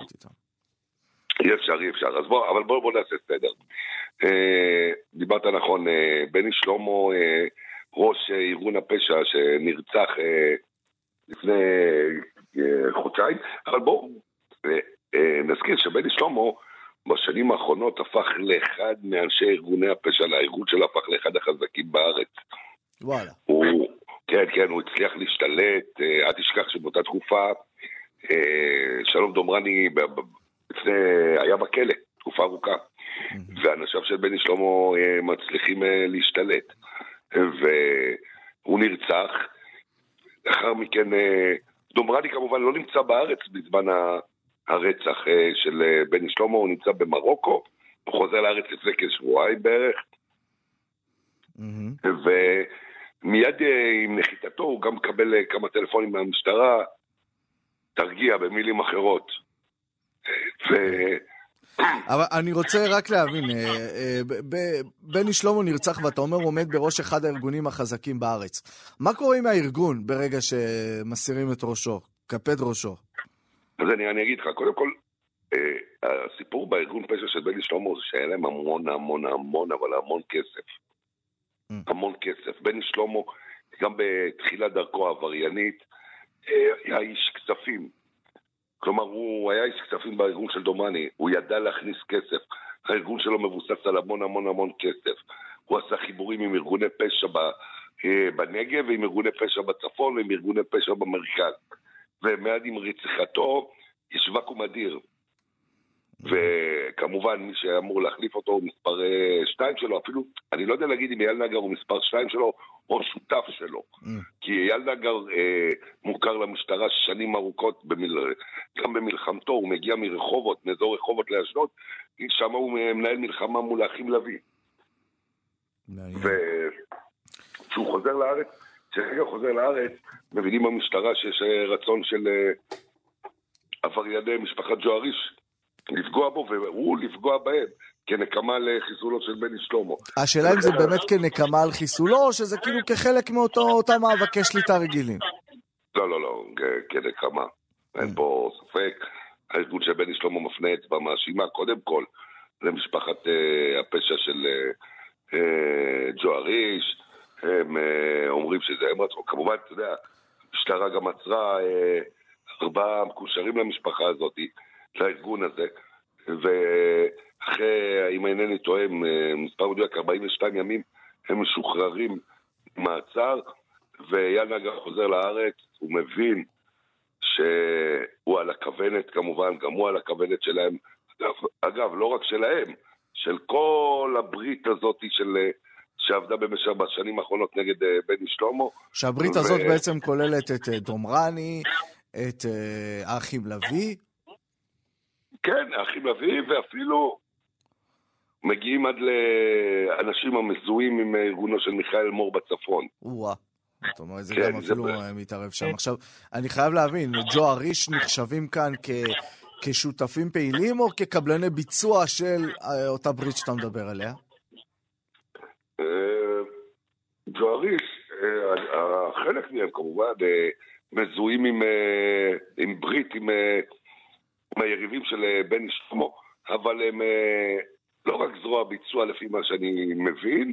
אי אפשר, אי אפשר, אז בוא, אבל בוא, בוא נעשה סדר. דיברת נכון, בני שלמה, ראש ארגון הפשע שנרצח לפני חודשיים, אבל בוא, נזכיר שבני שלמה בשנים האחרונות הפך לאחד מאנשי ארגוני הפשע, הארגון שלו הפך לאחד החזקים בארץ. וואלה. הוא, כן, כן, הוא הצליח להשתלט, אל תשכח שבאותה תקופה, שלום דומרני לפני, היה בכלא, תקופה ארוכה, ואנשיו של בני שלמה מצליחים להשתלט, והוא נרצח, לאחר מכן, דומרני כמובן לא נמצא בארץ בזמן ה... הרצח של בני שלמה, הוא נמצא במרוקו, הוא חוזר לארץ לפני כשבועיים בערך, mm-hmm. ומיד עם נחיתתו הוא גם מקבל כמה טלפונים מהמשטרה, תרגיע במילים אחרות. ו... אבל אני רוצה רק להבין, בני שלמה נרצח ואתה אומר עומד בראש אחד הארגונים החזקים בארץ. מה קורה עם הארגון ברגע שמסירים את ראשו, כפד ראשו? אז אני, אני אגיד לך, קודם כל, אה, הסיפור בארגון פשע של בני שלמה זה שהיה להם המון המון המון, אבל המון כסף. Mm. המון כסף. בני שלמה, גם בתחילת דרכו העבריינית, אה, היה איש כספים. כלומר, הוא היה איש כספים בארגון של דומני, הוא ידע להכניס כסף. הארגון שלו מבוסס על המון המון המון כסף. הוא עשה חיבורים עם ארגוני פשע בנגב, ועם ארגוני פשע בצפון, ועם ארגוני פשע במרכז. ומיד עם רציחתו יש ואקום אדיר. וכמובן כמובן, מי שאמור להחליף אותו הוא מספר שתיים שלו, אפילו, אני לא יודע להגיד אם אייל נגר הוא מספר שתיים שלו, או שותף שלו. Mm. כי אייל נגר אה, מוכר למשטרה שנים ארוכות, במיל... גם במלחמתו, הוא מגיע מרחובות, מאזור רחובות לאשדוד, שם הוא מנהל מלחמה מול האחים לוי. וכשהוא חוזר לארץ, כשרגע חוזר לארץ, מבינים במשטרה שיש רצון של אה, עברייני משפחת ג'ואריש, לפגוע בו, והוא לפגוע בהם, כנקמה לחיסולו של בני שלמה. השאלה אם זה באמת כנקמה על חיסולו, או שזה כאילו כחלק מאותם מאבקי שליטה רגילים? לא, לא, לא, כנקמה. אין פה ספק. הארגון של בני שלמה מפנה אצבע מאשימה, קודם כל, למשפחת הפשע של ג'ואריש. הם אומרים שזה הם רצו. כמובן, אתה יודע, המשטרה גם עצרה ארבעה מקושרים למשפחה הזאת, לארגון הזה, ואחרי, אם אינני טועה, מספר מדויק ארבעים ושתיים ימים, הם משוחררים מעצר, ואייל נגר חוזר לארץ, הוא מבין שהוא על הכוונת, כמובן, גם הוא על הכוונת שלהם, אגב, אגב לא רק שלהם, של כל הברית הזאת של, שעבדה במשך בשנים האחרונות נגד בני שלמה. שהברית ו... הזאת בעצם כוללת את דומרני, את האחים לוי, כן, האחים לוי, ואפילו מגיעים עד לאנשים המזוהים עם ארגונו של מיכאל מור בצפון. וואה, זאת אומרת, זה גם אפילו מתערב שם. עכשיו, אני חייב להבין, ג'ואריש נחשבים כאן כשותפים פעילים, או כקבלני ביצוע של אותה ברית שאתה מדבר עליה? ג'ואריש, חלק מהם כמובן, מזוהים עם ברית, עם... מהיריבים של בני שלמה, אבל הם לא רק זרוע ביצוע לפי מה שאני מבין,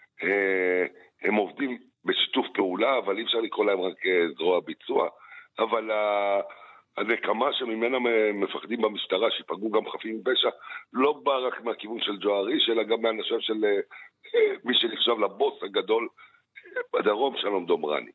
הם עובדים בשיתוף פעולה, אבל אי אפשר לקרוא להם רק זרוע ביצוע, אבל הנקמה שממנה מפחדים במשטרה, שיפגעו גם חפים פשע, לא בא רק מהכיוון של ג'ואריש, אלא גם מהאנשים של מי שנחשב לבוס הגדול בדרום, שלום דומרני.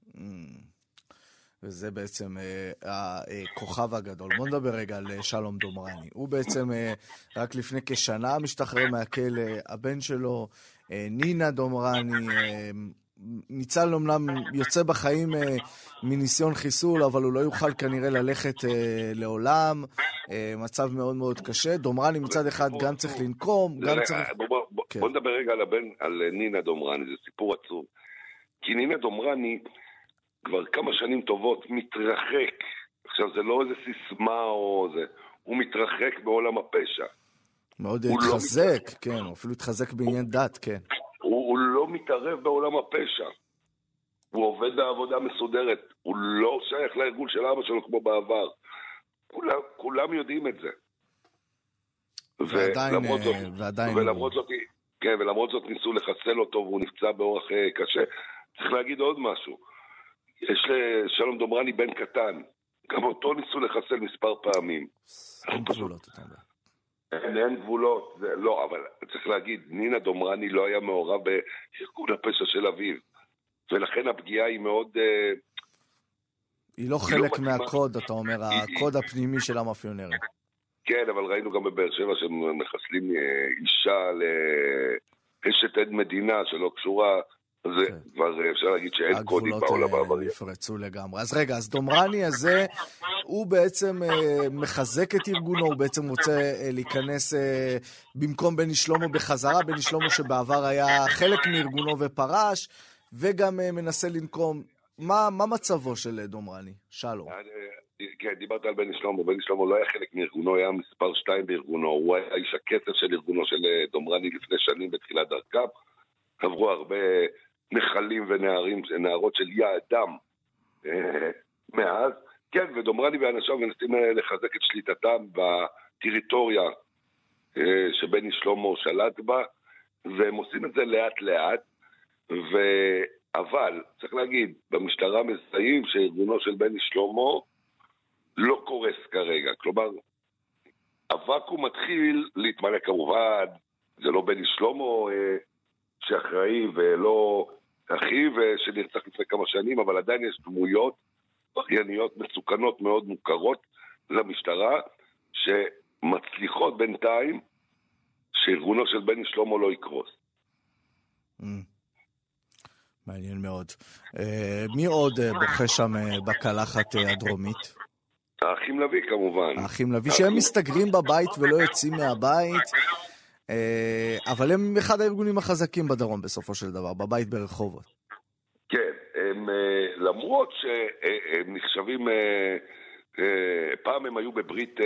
וזה בעצם אה, הכוכב הגדול. בוא נדבר רגע על שלום דומרני. הוא בעצם אה, רק לפני כשנה משתחרר מהכלא, הבן שלו, אה, נינה דומרני, אה, ניצל אומנם יוצא בחיים אה, מניסיון חיסול, אבל הוא לא יוכל כנראה ללכת אה, לעולם. אה, מצב מאוד מאוד קשה. דומרני מצד אחד גם צריך לנקום, גם צריך... בוא, בוא, בוא, כן. בוא נדבר רגע על, הבן, על נינה דומרני, זה סיפור עצוב. כי נינה דומרני... כבר כמה שנים טובות מתרחק, עכשיו זה לא איזה סיסמה או זה, הוא מתרחק בעולם הפשע. מאוד התחזק, לא כן, הוא אפילו התחזק בעניין דת, כן. הוא, הוא לא מתערב בעולם הפשע, הוא עובד בעבודה מסודרת, הוא לא שייך לארגון של אבא שלו כמו בעבר, כולם, כולם יודעים את זה. ועדיין, ולמרות זאת, ועדיין ולמרות הוא... זאת, כן, ולמרות זאת ניסו לחסל אותו והוא נפצע באורח קשה. צריך להגיד עוד משהו. יש לשלום דומרני בן קטן, גם אותו ניסו לחסל מספר פעמים. אין גבולות. אין, אין גבולות, זה, לא, אבל צריך להגיד, נינה דומרני לא היה מעורב בארגון הפשע של אביו, ולכן הפגיעה היא מאוד... היא לא חלק מהקוד, אתה אומר, הקוד הפנימי של המאפיונרים. כן, אבל ראינו גם בבאר שבע שהם מחסלים אישה לאשת עד מדינה שלא קשורה... זה כבר אפשר להגיד שאין קודים בעולם העברי. יפרצו לגמרי. אז רגע, אז דומרני הזה, הוא בעצם מחזק את ארגונו, הוא בעצם רוצה להיכנס במקום בני שלמה בחזרה, בני שלמה שבעבר היה חלק מארגונו ופרש, וגם מנסה לנקום. מה, מה מצבו של דומרני? שלום. כן, דיברת על בני שלמה, בני שלמה לא היה חלק מארגונו, היה מספר שתיים בארגונו, הוא היה איש הכסף של ארגונו של דומרני לפני שנים בתחילת דרכם, עברו הרבה... נחלים ונערים, נערות של יא אדם אה, מאז, כן, ודומרני ואנשיו מנסים לחזק את שליטתם בטריטוריה אה, שבני שלמה שלט בה, והם עושים את זה לאט לאט, ו... אבל צריך להגיד, במשטרה מזהים שארגונו של בני שלמה לא קורס כרגע, כלומר, הוואקום מתחיל להתמלא כמובן, זה לא בני שלמה אה, שאחראי ולא אחיו שנרצח לפני כמה שנים, אבל עדיין יש דמויות עברייניות מסוכנות מאוד מוכרות למשטרה, שמצליחות בינתיים שארגונו של בני שלמה לא יקרוס. מעניין מאוד. מי עוד בוכה שם בקלחת הדרומית? האחים לוי כמובן. האחים לוי שהם מסתגרים בבית ולא יוצאים מהבית, אבל הם אחד הארגונים החזקים בדרום בסופו של דבר, בבית ברחובות. כן, הם, למרות שהם נחשבים, פעם הם היו בברית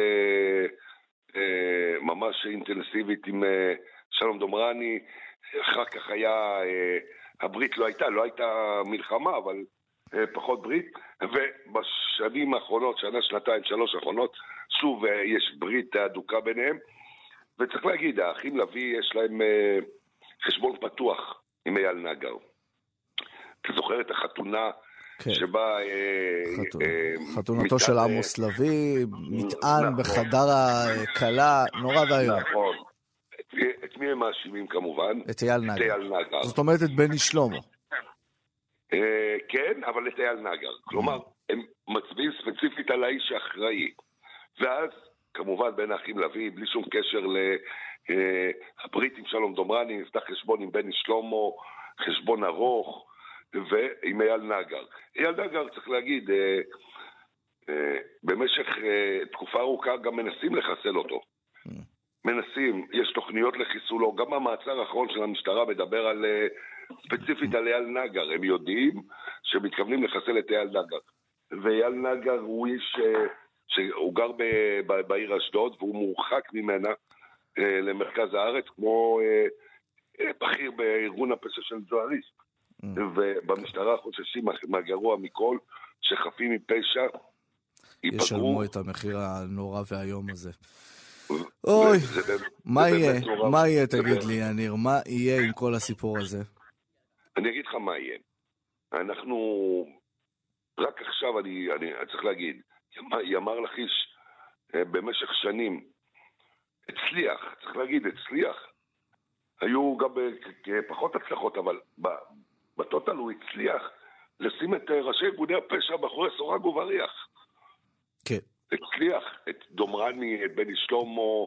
ממש אינטנסיבית עם שלום דומרני, אחר כך היה, הברית לא הייתה, לא הייתה מלחמה, אבל פחות ברית, ובשנים האחרונות, שנה, שנתיים, שלוש האחרונות, שוב יש ברית הדוקה ביניהם, וצריך להגיד, האחים לוי יש להם חשבון פתוח עם אייל נגר. אתה זוכר את החתונה כן. שבה... חתונ... אה, חתונתו מתן... של עמוס לוי, מטען נכון. בחדר הקלה, נורא והיום. נכון. את מי, את מי הם מאשימים כמובן? את אייל נגר. את אייל נגר. זאת אומרת את בני שלמה. אה, כן, אבל את אייל נגר. כלומר, הם מצביעים ספציפית על האיש האחראי. ואז, כמובן, בין האחים לוי, בלי שום קשר לבריטים שלום דומרני, נפתח חשבון עם בני שלמה, חשבון ארוך, ועם אייל נגר. אייל נגר, צריך להגיד, אה, אה, במשך אה, תקופה ארוכה גם מנסים לחסל אותו. Mm. מנסים, יש תוכניות לחיסולו, גם המעצר האחרון של המשטרה מדבר על, אה, ספציפית על אייל נגר. הם יודעים שמתכוונים לחסל את אייל נגר. ואייל נגר הוא איש אה, שהוא גר ב, ב, בעיר אשדוד, והוא מורחק ממנה אה, למרכז הארץ, כמו אה, אה, בכיר בארגון הפשע של זוהריסט. ובמשטרה חוששים מהגרוע מכל, שחפים מפשע ייפגעו. ישלמו את המחיר הנורא והיום הזה. אוי, מה יהיה? מה יהיה, תגיד לי, יניר? מה יהיה עם כל הסיפור הזה? אני אגיד לך מה יהיה. אנחנו, רק עכשיו אני צריך להגיד, ימר לכיש במשך שנים, הצליח, צריך להגיד, הצליח. היו גם פחות הצלחות, אבל בטוטל הוא הצליח לשים את ראשי ארגוני הפשע מאחורי סורג ובריח. כן. הצליח את דומרני, את בני שלמה,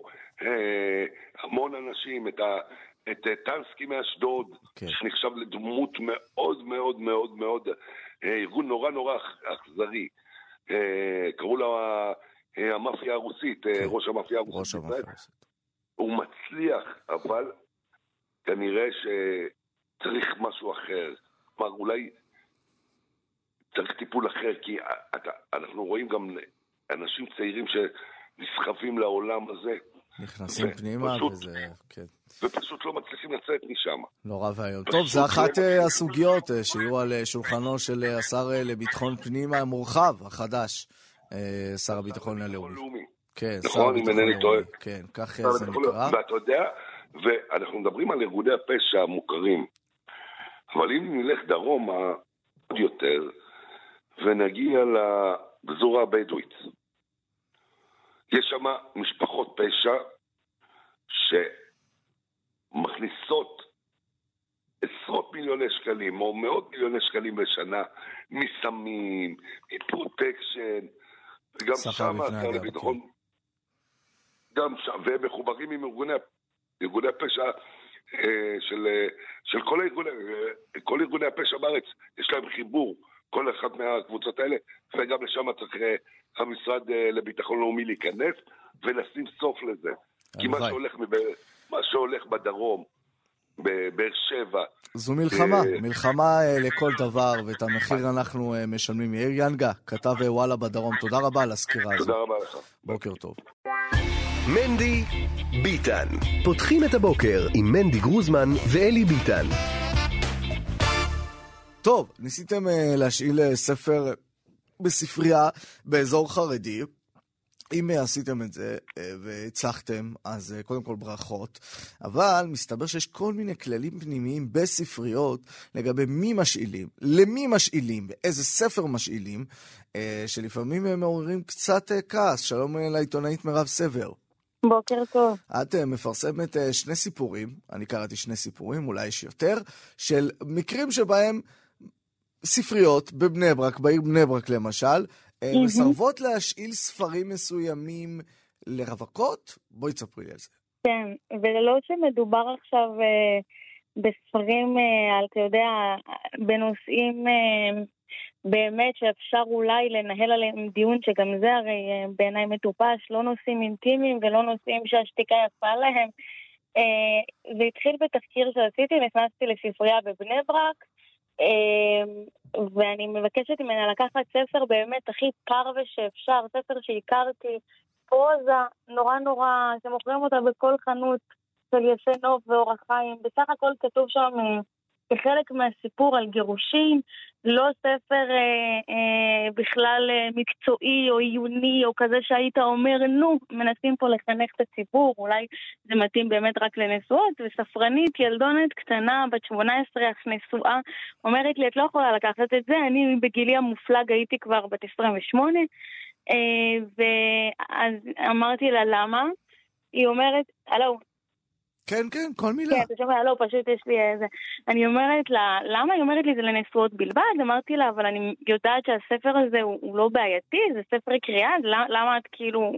המון אנשים, את, ה, את טנסקי מאשדוד, כן. שנחשב לדמות מאוד מאוד מאוד מאוד, ארגון נורא נורא אכזרי. קראו לה המאפיה הרוסית, כן. ראש המאפיה הרוסית. ראש המאפיה הרוסית. הוא מצליח, אבל כנראה שצריך משהו אחר. כלומר, אולי צריך טיפול אחר, כי אתה, אנחנו רואים גם אנשים צעירים שנסחפים לעולם הזה. נכנסים ו- פנימה פשוט, וזה... כן. ופשוט לא מצליחים לצאת משם. נורא והיום. טוב, זה אחת לא הסוגיות שיהיו על שולחנו של השר לביטחון פנים המורחב, החדש, שר הביטחון הלאומי. כן, נכון, אם אינני טועה. כן, כך זה נקרא. ואתה יודע, ואנחנו מדברים על ארגוני הפשע המוכרים, אבל אם נלך דרומה עוד יותר, ונגיע לגזורה הבדואית, יש שם משפחות פשע שמכניסות עשרות מיליוני שקלים, או מאות מיליוני שקלים בשנה, מסמים, מפרוטקשן, וגם שם השר לביטחון, גם שם, והם מחוברים עם ארגוני, ארגוני הפשע של, של כל הארגוני, כל ארגוני הפשע בארץ, יש להם חיבור, כל אחת מהקבוצות האלה, וגם לשם צריך המשרד לביטחון לאומי להיכנס, ולשים סוף לזה. כי מה שהולך, מה שהולך בדרום, בבאר שבע. זו מלחמה, מלחמה לכל דבר, ואת המחיר אנחנו משלמים. יאיר ינגה, כתב וואלה בדרום. תודה רבה על הסקירה הזו. תודה רבה לך. בוקר טוב. מנדי ביטן. פותחים את הבוקר עם מנדי גרוזמן ואלי ביטן. טוב, ניסיתם uh, להשאיל uh, ספר בספרייה באזור חרדי. אם uh, עשיתם את זה uh, והצלחתם, אז uh, קודם כל ברכות. אבל מסתבר שיש כל מיני כללים פנימיים בספריות לגבי מי משאילים, למי משאילים ואיזה ספר משאילים, uh, שלפעמים הם מעוררים קצת uh, כעס. שלום uh, לעיתונאית מירב סבר. בוקר טוב. את uh, מפרסמת uh, שני סיפורים, אני קראתי שני סיפורים, אולי יש יותר, של מקרים שבהם ספריות בבני ברק, בעיר בני ברק למשל, מסרבות להשאיל ספרים מסוימים לרווקות. בואי תספרי לי על זה. כן, ולא שמדובר עכשיו אה, בספרים, אה, על, אתה יודע, בנושאים אה, באמת שאפשר אולי לנהל עליהם דיון, שגם זה הרי אה, בעיניי מטופש, לא נושאים אינטימיים ולא נושאים שהשתיקה יפה להם. אה, זה התחיל בתחקיר שעשיתי, נכנסתי לספרייה בבני ברק, אה, ואני מבקשת ממנה לקחת ספר באמת הכי פרווה שאפשר, ספר שהכרתי, פרוזה, נורא נורא, שמוכרים אותה בכל חנות של יפה נוף ואורח חיים. בסך הכל כתוב שם אה, כחלק מהסיפור על גירושים, לא ספר אה, אה, בכלל אה, מקצועי או עיוני או כזה שהיית אומר, נו, מנסים פה לחנך את הציבור, אולי זה מתאים באמת רק לנשואות. וספרנית, ילדונת קטנה, בת שמונה עשרה, אך נשואה, אומרת לי, את לא יכולה לקחת את זה, אני בגילי המופלג הייתי כבר בת עשרים ושמונה, Uh, ואז אמרתי לה למה, היא אומרת, הלו, כן כן, כל מילה, כן, אתה שומע, הלו, פשוט יש לי איזה, אני אומרת לה, למה? היא אומרת לי, זה לנשואות בלבד. אמרתי לה, אבל אני יודעת שהספר הזה הוא, הוא לא בעייתי, זה ספר קריאה, אז למה, למה את כאילו,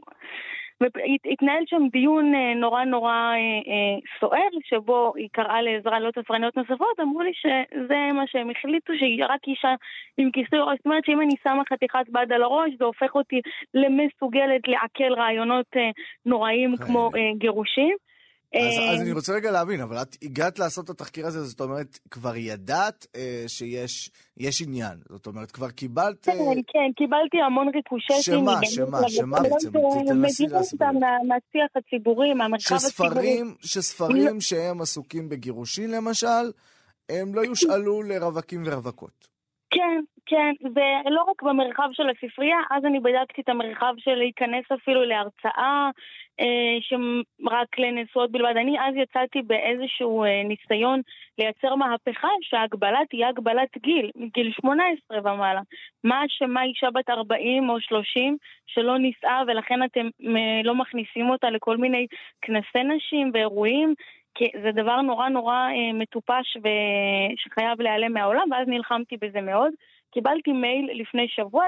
והתנהל שם דיון נורא נורא סוער, שבו היא קראה לעזרה לעוד ספרניות נוספות, אמרו לי שזה מה שהם החליטו, שהיא רק אישה עם כיסוי ראש, זאת אומרת שאם אני שמה חתיכת בד על הראש, זה הופך אותי למסוגלת לעכל רעיונות נוראים כמו גירושים. אז, אז אני רוצה רגע להבין, אבל את הגעת לעשות את התחקיר הזה, זאת אומרת, כבר ידעת אה, שיש יש עניין, זאת אומרת, כבר קיבלת... כן, אה... כן, קיבלתי המון ריקושטים. שמה, שמה, שמה בעצם? תנסי להסביר. מהשיח הציבורי, מהמרחב הציבורי. שספרים שהם עסוקים בגירושין, למשל, הם לא יושאלו לרווקים ורווקות. כן, כן, ולא רק במרחב של הספרייה, אז אני בדקתי את המרחב של להיכנס אפילו להרצאה, אה, שרק לנשואות בלבד. אני אז יצאתי באיזשהו אה, ניסיון לייצר מהפכה שההגבלה תהיה הגבלת גיל, מגיל שמונה עשרה ומעלה. מה שמה אישה בת ארבעים או שלושים שלא נישאה, ולכן אתם אה, לא מכניסים אותה לכל מיני כנסי נשים ואירועים, כי זה דבר נורא נורא אה, מטופש ושחייב להיעלם מהעולם, ואז נלחמתי בזה מאוד. קיבלתי מייל לפני שבוע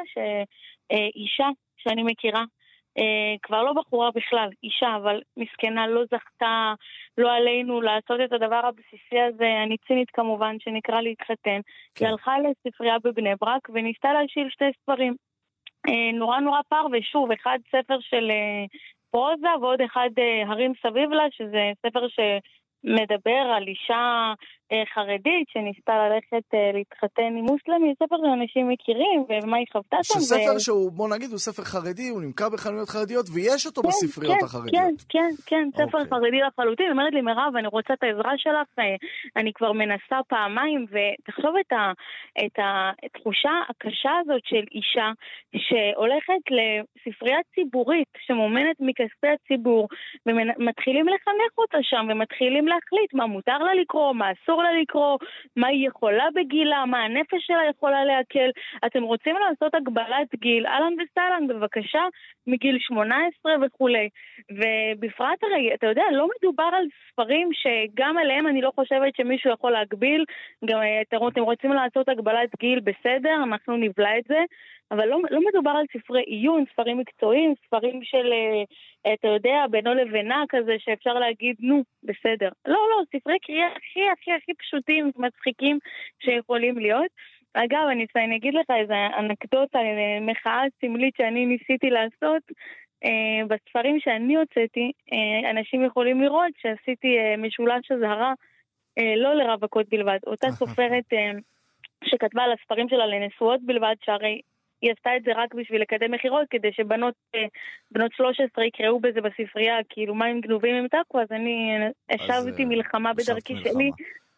שאישה שאני מכירה, אה, כבר לא בחורה בכלל, אישה, אבל מסכנה לא זכתה, לא עלינו לעשות את הדבר הבסיסי הזה, אני צינית כמובן, שנקרא להתחתן. כן. היא הלכה לספרייה בבני ברק וניסתה להשיל שתי ספרים. אה, נורא נורא פר, ושוב, אחד ספר של אה, פרוזה ועוד אחד אה, הרים סביב לה, שזה ספר ש... מדבר על אישה אה, חרדית שניסתה ללכת אה, להתחתן עם מוסלמי, ספר שאנשים מכירים ומה היא חוותה שם. שספר ו... שהוא, בוא נגיד, הוא ספר חרדי, הוא נמכר בחנויות חרדיות ויש אותו כן, בספריות כן, החרדיות. כן, כן, כן, ספר אוקיי. חרדי לחלוטין. אומרת לי, מירב, אני רוצה את העזרה שלך, אני כבר מנסה פעמיים, ותחשוב את ה, את התחושה הקשה הזאת של אישה שהולכת לספרייה ציבורית שמומנת מכספי הציבור, ומתחילים לחנך אותה שם, ומתחילים להחליט מה מותר לה לקרוא, מה אסור לה לקרוא, מה היא יכולה בגילה, מה הנפש שלה יכולה להקל. אתם רוצים לעשות הגבלת גיל, אלן וסלן, בבקשה, מגיל שמונה עשרה וכולי. ובפרט הרי, אתה יודע, לא מדובר על ספרים שגם עליהם אני לא חושבת שמישהו יכול להגביל. גם אתם רוצים לעשות הגבלת גיל, בסדר, אנחנו נבלה את זה. אבל לא, לא מדובר על ספרי עיון, ספרים מקצועיים, ספרים של, אתה יודע, בינו לבינה כזה, שאפשר להגיד, נו, בסדר. לא, לא, ספרי קריאה הכי, הכי, הכי פשוטים, מצחיקים שיכולים להיות. אגב, אני, אני אגיד לך איזו אנקדוטה, מחאה סמלית שאני ניסיתי לעשות, אה, בספרים שאני הוצאתי, אה, אנשים יכולים לראות שעשיתי אה, משולש הזהרה, אה, לא לרווקות בלבד. אותה סופרת אה, שכתבה על הספרים שלה לנשואות בלבד, שהרי היא עשתה את זה רק בשביל לקדם מחירות, כדי שבנות בנות שלוש עשרה יקראו בזה בספרייה, כאילו מה הם גנובים עם טקו, אז אני השבתי מלחמה בדרכי שלי,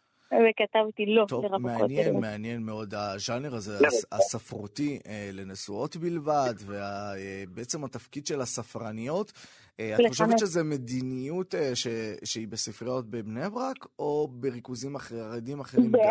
וכתבתי לא. טוב, מעניין, מעניין מאוד הז'אנר הזה, הספרותי לנשואות בלבד, ובעצם התפקיד של הספרניות. את חושבת שזה מדיניות שהיא בספריות בבני ברק, או בריכוזים אחרים אחרים גם?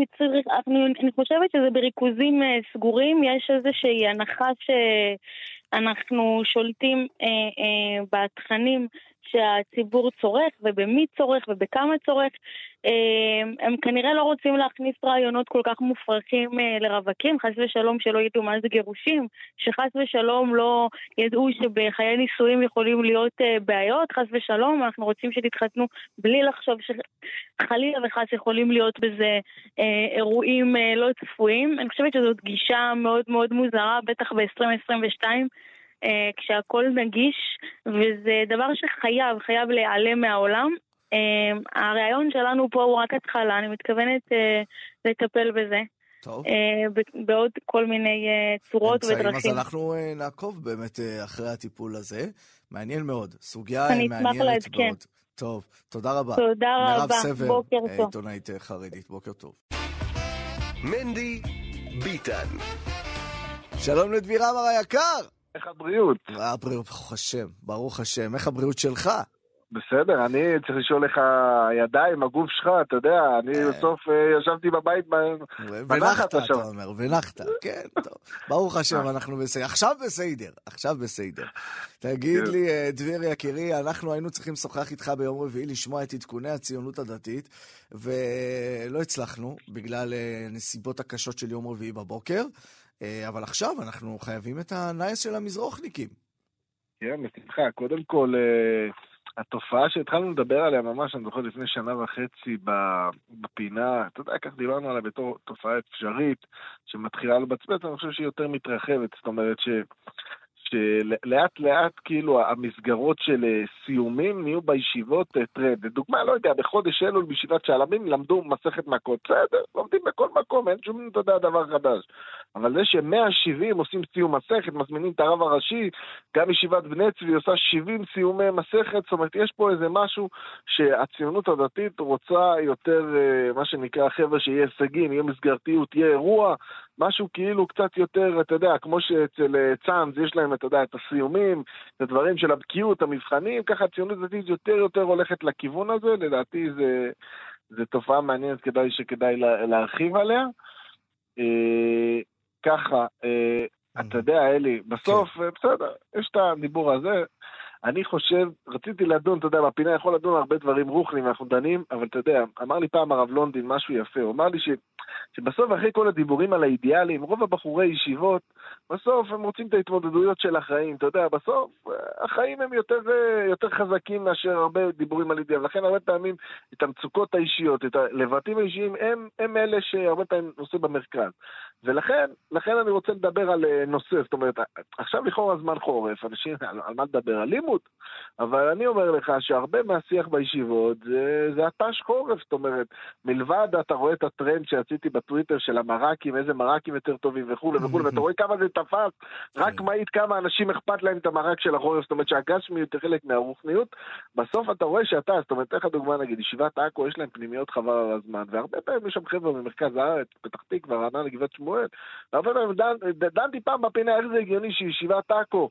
אני חושבת שזה בריכוזים סגורים, יש איזושהי הנחה שאנחנו שולטים בתכנים שהציבור צורך ובמי צורך ובכמה צורך. הם כנראה לא רוצים להכניס רעיונות כל כך מופרכים לרווקים, חס ושלום שלא ידעו מה זה גירושים, שחס ושלום לא ידעו שבחיי נישואים יכולים להיות בעיות, חס ושלום, אנחנו רוצים שתתחתנו בלי לחשוב שחלילה וחס יכולים להיות בזה אירועים לא צפויים. אני חושבת שזאת גישה מאוד מאוד מוזרה, בטח ב-עשרים עשרים ושתיים, כשהכל נגיש, וזה דבר שחייב, חייב להיעלם מהעולם. הרעיון שלנו פה הוא רק התחלה, אני מתכוונת לטפל בזה. טוב. בעוד כל מיני צורות ודרכים. אז אנחנו נעקוב באמת אחרי הטיפול הזה. מעניין מאוד. סוגיה מעניינת מאוד. טוב, תודה רבה. תודה רבה. מירב סבר, בוקר טוב. עיתונאית חרדית. בוקר טוב. מנדי ביטן. שלום לדביר אמר היקר. איך הבריאות? הבריאות, ברוך השם, ברוך השם. איך הבריאות שלך? בסדר, אני צריך לשאול לך הידיים, הגוף שלך, אתה יודע, אני בסוף ישבתי בבית ונחת, אתה אומר, ונחת, כן, טוב. ברוך השם, אנחנו בסדר. עכשיו בסדר, עכשיו בסדר. תגיד לי, דביר יקירי, אנחנו היינו צריכים לשוחח איתך ביום רביעי, לשמוע את עדכוני הציונות הדתית, ולא הצלחנו, בגלל נסיבות הקשות של יום רביעי בבוקר, אבל עכשיו אנחנו חייבים את הנייס של המזרוחניקים. כן, בשמחה. קודם כל, התופעה שהתחלנו לדבר עליה ממש, אני זוכר לפני שנה וחצי בפינה, אתה יודע, כך דיברנו עליה בתור תופעה אפשרית, שמתחילה לבצבץ, אני חושב שהיא יותר מתרחבת, זאת אומרת ש... שלאט לאט כאילו המסגרות של סיומים נהיו בישיבות טרד. לדוגמה, לא יודע, בחודש אלול בישיבת שעלמים למדו מסכת מכות, בסדר, לומדים בכל מקום, אין שום אתה יודע, דבר חדש. אבל זה ש-מאה שבעים עושים סיום מסכת, מזמינים את הרב הראשי, גם ישיבת בני צבי עושה שבעים סיומי מסכת, זאת אומרת, יש פה איזה משהו שהציונות הדתית רוצה יותר, מה שנקרא חבר'ה שיהיה הישגים, יהיה מסגרתיות, יהיה אירוע, משהו כאילו קצת יותר, אתה יודע, כמו שאצל צאנז יש להם, אתה יודע, את הסיומים, את הדברים של הבקיאות, המבחנים, ככה הציונות הדתית יותר יותר הולכת לכיוון הזה, לדעתי זה, זה תופעה מעניינת כדאי שכדאי לה, להרחיב עליה. אה, ככה, אה, אתה יודע, אלי, בסוף, כן. בסדר, יש את הדיבור הזה, אני חושב, רציתי לדון, אתה יודע, בפינה יכול לדון הרבה דברים רוחניים, אנחנו דנים, אבל אתה יודע, אמר לי פעם הרב לונדין משהו יפה, הוא אמר לי ש... שבסוף אחרי כל הדיבורים על האידיאלים, רוב הבחורי ישיבות, בסוף הם רוצים את ההתמודדויות של החיים, אתה יודע, בסוף החיים הם יותר, יותר חזקים מאשר הרבה דיבורים על אידיאל, לכן הרבה פעמים את המצוקות האישיות, את הלבטים האישיים, הם, הם אלה שהרבה פעמים נושא במרכז, ולכן לכן אני רוצה לדבר על נושא, זאת אומרת, עכשיו לכאורה זמן חורף, אנשים על, על מה לדבר, על לימוד, אבל אני אומר לך שהרבה מהשיח בישיבות זה, זה התש חורף, זאת אומרת, מלבד אתה רואה את הטרנד שעשיתי בטוויטר של המרקים, איזה מרקים יותר טובים וכו' וכו', ואתה רואה כמה זה תפס, רק מעיד כמה אנשים אכפת להם את המרק של החורף, זאת אומרת שהגשמיות היא חלק מהרוחניות, בסוף אתה רואה שאתה, זאת אומרת, איך הדוגמה נגיד, ישיבת עכו יש להם פנימיות חבל על הזמן, והרבה פעמים יש שם חבר'ה ממרכז הארץ, פתח תקווה, רעננה, לגבעת שמואל, והרבה פעמים דנתי פעם בפינה איך זה הגיוני שישיבת עכו,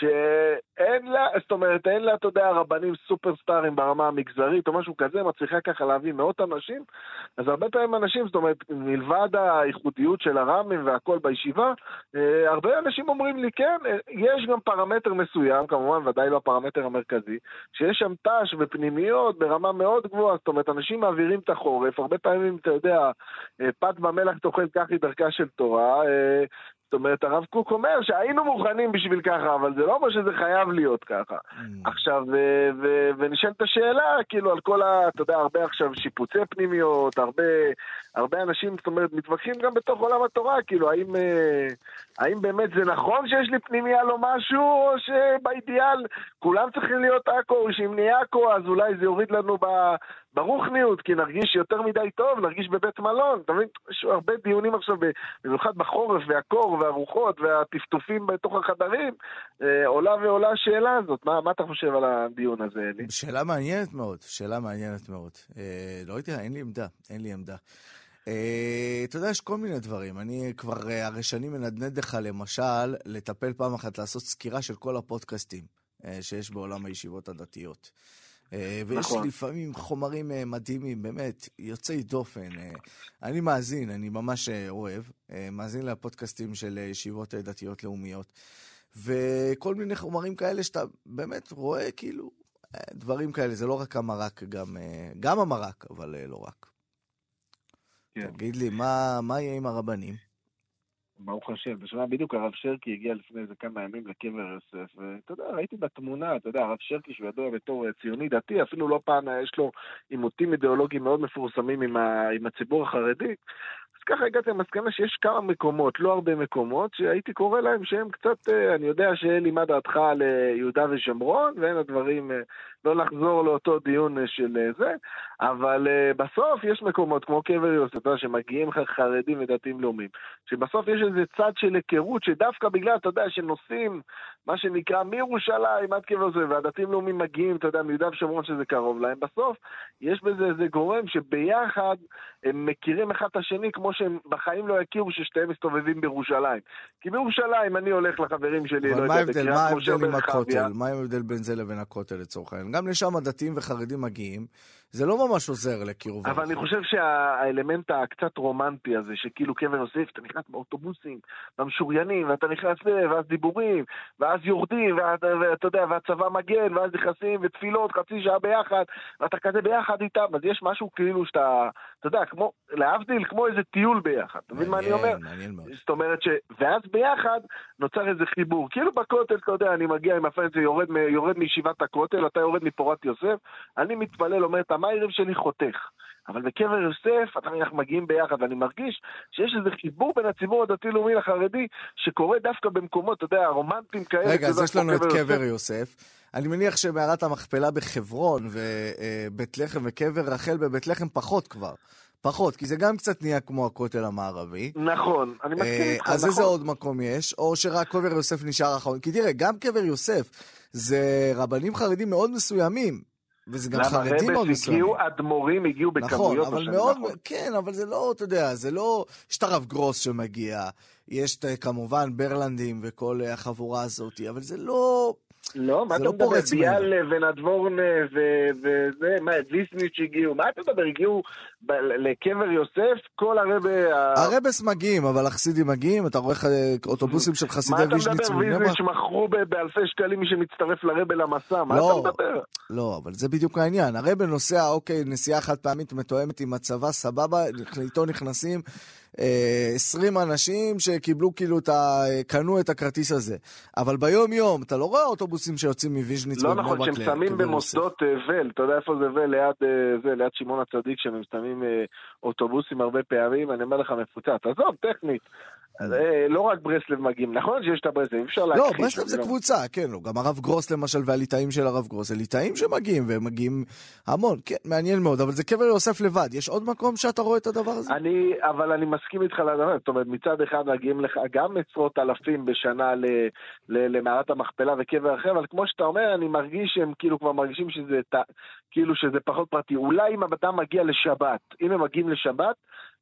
שאין לה, זאת אומרת, אין לה, אתה יודע, רבנים סופרסטארים ברמה המגזרית או משהו כזה, מצליחה ככה להביא מאות אנשים, אז הרבה פעמים אנשים, זאת אומרת, מלבד הייחודיות של הרמים והכל בישיבה, הרבה אנשים אומרים לי, כן, יש גם פרמטר מסוים, כמובן ודאי לא הפרמטר המרכזי, שיש שם תש ופנימיות ברמה מאוד גבוהה, זאת אומרת, אנשים מעבירים את החורף, הרבה פעמים, אתה יודע, פת במלח תאכל כך היא דרכה של תורה, זאת אומרת, הרב קוק אומר שהיינו מוכנים בשביל ככה, אבל זה לא אומר שזה חייב להיות ככה. עכשיו, ונשאלת השאלה, כאילו, על כל ה... אתה יודע, הרבה עכשיו שיפוצי פנימיות, הרבה, הרבה אנשים, זאת אומרת, מתווכחים גם בתוך עולם התורה, כאילו, האם, האם באמת זה נכון שיש לי פנימיה לא משהו, או שבאידיאל כולם צריכים להיות עכו, או שאם נהיה עכו, אז אולי זה יוריד לנו ב... ברוחניות, כי נרגיש יותר מדי טוב, נרגיש בבית מלון, אתה מבין? יש הרבה דיונים עכשיו, במיוחד בחורף והקור והרוחות והטפטופים בתוך החדרים, אה, עולה ועולה השאלה הזאת. מה, מה אתה חושב על הדיון הזה, אלי? שאלה מעניינת מאוד, שאלה מעניינת מאוד. אה, לא יודע, אין לי עמדה, אין לי עמדה. אה, אתה יודע, יש כל מיני דברים. אני כבר אה, הרי שנים מנדנד לך, למשל, לטפל פעם אחת, לעשות סקירה של כל הפודקאסטים אה, שיש בעולם הישיבות הדתיות. ויש נכון. לפעמים חומרים מדהימים, באמת, יוצאי דופן. אני מאזין, אני ממש אוהב, מאזין לפודקאסטים של ישיבות דתיות לאומיות, וכל מיני חומרים כאלה שאתה באמת רואה כאילו, דברים כאלה, זה לא רק המרק, גם, גם המרק, אבל לא רק. כן. תגיד לי, מה, מה יהיה עם הרבנים? ברוך השם, תשמע, בדיוק הרב שרקי הגיע לפני איזה כמה ימים לקבר יוסף, ואתה יודע, ראיתי בתמונה, אתה יודע, הרב שרקי שהוא ידוע בתור ציוני דתי, אפילו לא פעם יש לו עימותים אידיאולוגיים מאוד מפורסמים עם, ה, עם הציבור החרדי, אז ככה הגעתי למסקנה שיש כמה מקומות, לא הרבה מקומות, שהייתי קורא להם שהם קצת, אני יודע שלימד דעתך ליהודה ושומרון, ואין הדברים, לא לחזור לאותו דיון של זה, אבל בסוף יש מקומות כמו קבר יוסף, שמגיעים חרדים ודתיים לאומיים, שבסוף יש איזה צד של היכרות, שדווקא בגלל, אתה יודע, שנוסעים, מה שנקרא, מירושלים עד קבר יוסף, והדתיים לאומיים מגיעים, אתה יודע, מיהודה ושומרון שזה קרוב להם, בסוף יש בזה איזה גורם שביחד הם מכירים אחד את השני, כמו שהם בחיים לא יכירו ששתיהם מסתובבים בירושלים. כי בירושלים אני הולך לחברים שלי, אבל מה ההבדל, מה ההבדל עם הכותל? מה ההבדל בין זה לבין הכותל לצורך העניין? גם לשם הדתיים וחרדים מגיעים, זה לא ממש עוזר לקירוב. אבל אני חושב שהאלמנט הקצת רומנטי הזה, שכאילו קבר יוסף, אתה נכנס באוטובוסים, במשוריינים, ואתה נכנס ואז דיבורים, ואז יורדים, ואתה יודע, והצבא מגן, ואז נכנסים, ותפילות, חצי שעה ביחד, ואתה כזה ביחד איתם, אז יש משהו כאילו שאתה, אתה יודע, כמו, להבדיל, כמו איזה טיול ביחד. אתה מבין מה אני אומר? מעניין מאוד. זאת אומרת ש... ואז ביחד נוצר איזה חיבור. כאילו בכותל, אתה יודע, אני מגיע עם הפרנס, יורד, יורד מישיבת הכותל, אתה יורד מפורת יוסף, אני מתפלל, אומר, מה הערב שלי חותך? אבל בקבר יוסף, אנחנו מגיעים ביחד, ואני מרגיש שיש איזה חיבור בין הציבור הדתי-לאומי לחרדי, שקורה דווקא במקומות, אתה יודע, רומנטיים כאלה. רגע, אז יש לנו את קבר יוסף. אני מניח שמערת המכפלה בחברון, ובית לחם וקבר רחל בבית לחם פחות כבר. פחות, כי זה גם קצת נהיה כמו הכותל המערבי. נכון, אני מסכים איתך, אז נכון. איזה עוד מקום יש? או שרק קבר יוסף נשאר אחרון? כי תראה, גם קבר יוסף זה רבנים חרדים מאוד מסוימים. וזה גם חרדים מאוד מסוימים. הגיעו, אדמו"רים הגיעו בכמויות. נכון, אבל מאוד, כן, אבל זה לא, אתה יודע, זה לא, יש את הרב גרוס שמגיע, יש כמובן ברלנדים וכל החבורה הזאת, אבל זה לא... לא, מה אתה מדבר? ביאל ונדבורן וזה, מה, ויסניץ' הגיעו, מה אתה מדבר? הגיעו לקבר יוסף, כל הרבי... הרבס מגיעים, אבל החסידים מגיעים, אתה רואה אוטובוסים של חסידי ויז'ניץ. מה אתה מדבר? ויזניץ' מכרו באלפי שקלים מי שמצטרף לרבי למסע, מה אתה מדבר? לא, אבל זה בדיוק העניין, הרבי נוסע, אוקיי, נסיעה חד פעמית מתואמת עם הצבא, סבבה, איתו נכנסים עשרים אנשים שקיבלו כאילו, קנו את הכרטיס הזה. אבל ביום יום, אתה לא רואה אוטובוסים שיוצאים מוויז'ניץ. לא נכון, שהם שמים במוסדות ול, אתה יודע איפה זה ול, ליד שמעון הצדיק, שהם שמים אוטובוסים הרבה פעמים, אני אומר לך מפוצץ. עזוב, טכנית. לא רק ברסלב מגיעים, נכון שיש את הברסלב, אי אפשר להכחיש. לא, ברסלב זה קבוצה, כן, גם הרב גרוס למשל, והליטאים של הרב גרוס, זה ליטאים שמגיעים, והם מגיעים המון, כן, מעניין מאוד, אבל זה קבר יוסף לבד, יש עוד מקום שאתה רואה את הדבר הזה? אני, אבל אני מסכים איתך לדבר, זאת אומרת, מצד אחד מגיעים לך גם עשרות אלפים בשנה למערת המכפלה וקבר אחר, אבל כמו שאתה אומר, אני מרגיש שהם כאילו כבר מרגישים שזה, כאילו שזה פחות פרטי, אולי אם אדם מגיע לשבת, אם הם מגיעים לשבת,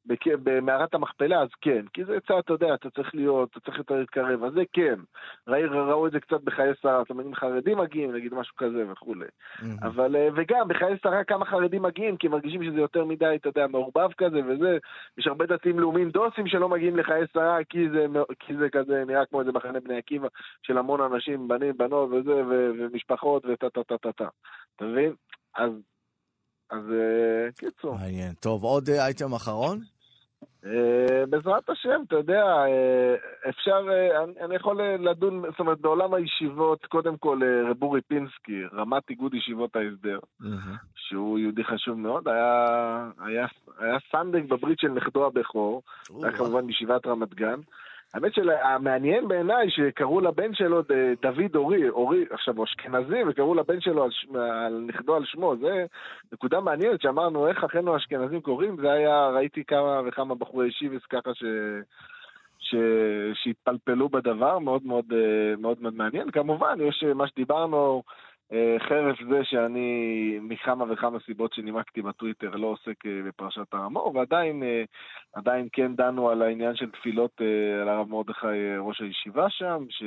במערת המכפלה, אז כן, כי זה קצת, אתה יודע, אתה צריך להיות, אתה צריך יותר להתקרב, אז זה כן, ראי, ראו את זה קצת בחיי שרה, זאת אומרת, אם חרדים מגיעים, נגיד משהו כזה וכו'. אבל, וגם, בחיי שרה כמה חרדים מגיעים, כי מרגישים שזה יותר מדי, אתה יודע, מעורבב כזה וזה, יש הרבה דתיים לאומיים דוסים שלא מגיעים לחיי שרה, כי זה, כי זה כזה, נראה כמו איזה מחנה בני עקיבא, של המון אנשים, בנים, בנות וזה, ומשפחות וטה-טה-טה-טה. אתה מבין? אז, אז, קיצור. מעניין. טוב, עוד אייטם אחרון? בעזרת השם, אתה יודע, אפשר, אני יכול לדון, זאת אומרת, בעולם הישיבות, קודם כל רבורי פינסקי, רמת איגוד ישיבות ההסדר, שהוא יהודי חשוב מאוד, היה סנדק בברית של נכדו הבכור, היה כמובן בישיבת רמת גן, האמת שהמעניין בעיניי שקראו לבן שלו דוד אורי, אורי, עכשיו הוא אשכנזי, וקראו לבן שלו על, על נכדו על שמו, זה נקודה מעניינת שאמרנו איך אחינו האשכנזים קוראים, זה היה, ראיתי כמה וכמה בחורי ישיבס ככה ש... ש... שהתפלפלו בדבר, מאוד מאוד, מאוד מאוד מעניין, כמובן יש מה שדיברנו, חרף זה שאני מכמה וכמה סיבות שנימקתי בטוויטר לא עוסק בפרשת האמור, ועדיין עדיין כן דנו על העניין של תפילות על הרב מרדכי ראש הישיבה שם, ש...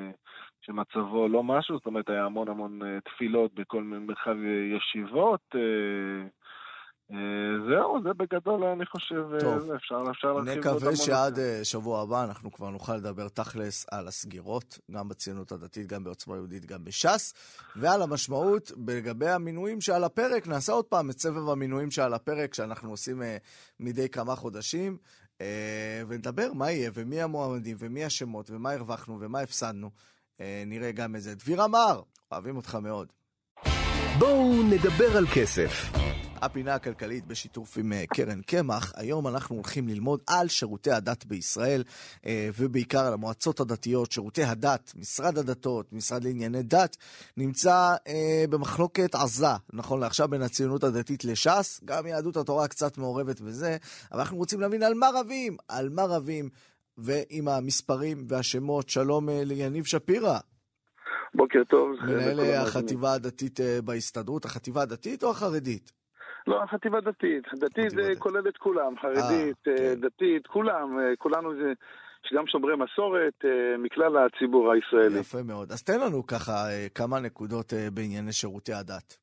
שמצבו לא משהו, זאת אומרת היה המון המון תפילות בכל מרחב ישיבות, זהו, זה בגדול אני חושב, אפשר, אפשר להרחיב. נקווה שעד שבוע הבא אנחנו כבר נוכל לדבר תכלס על הסגירות, גם בציונות הדתית, גם בעוצמה יהודית, גם בש"ס, ועל המשמעות לגבי המינויים שעל הפרק. נעשה עוד פעם את סבב המינויים שעל הפרק, שאנחנו עושים מדי כמה חודשים, ונדבר מה יהיה, ומי המועמדים, ומי השמות, ומה הרווחנו, ומה הפסדנו. נראה גם איזה. דביר אמר, אוהבים אותך מאוד. בואו נדבר על כסף. הפינה הכלכלית בשיתוף עם קרן קמח. היום אנחנו הולכים ללמוד על שירותי הדת בישראל, ובעיקר על המועצות הדתיות. שירותי הדת, משרד הדתות, משרד לענייני דת, נמצא במחלוקת עזה, נכון לעכשיו, בין הציונות הדתית לש"ס. גם יהדות התורה קצת מעורבת בזה, אבל אנחנו רוצים להבין על מה רבים, על מה רבים, ועם המספרים והשמות. שלום ליניב שפירא. בוקר טוב. מנהל החטיבה הדתית בהסתדרות. החטיבה הדתית או החרדית? לא, החטיבה דתית. דתית זה כולל את כולם. חרדית, דתית, כולם. כולנו זה שגם שומרי מסורת מכלל הציבור הישראלי. יפה מאוד. אז תן לנו ככה כמה נקודות בענייני שירותי הדת.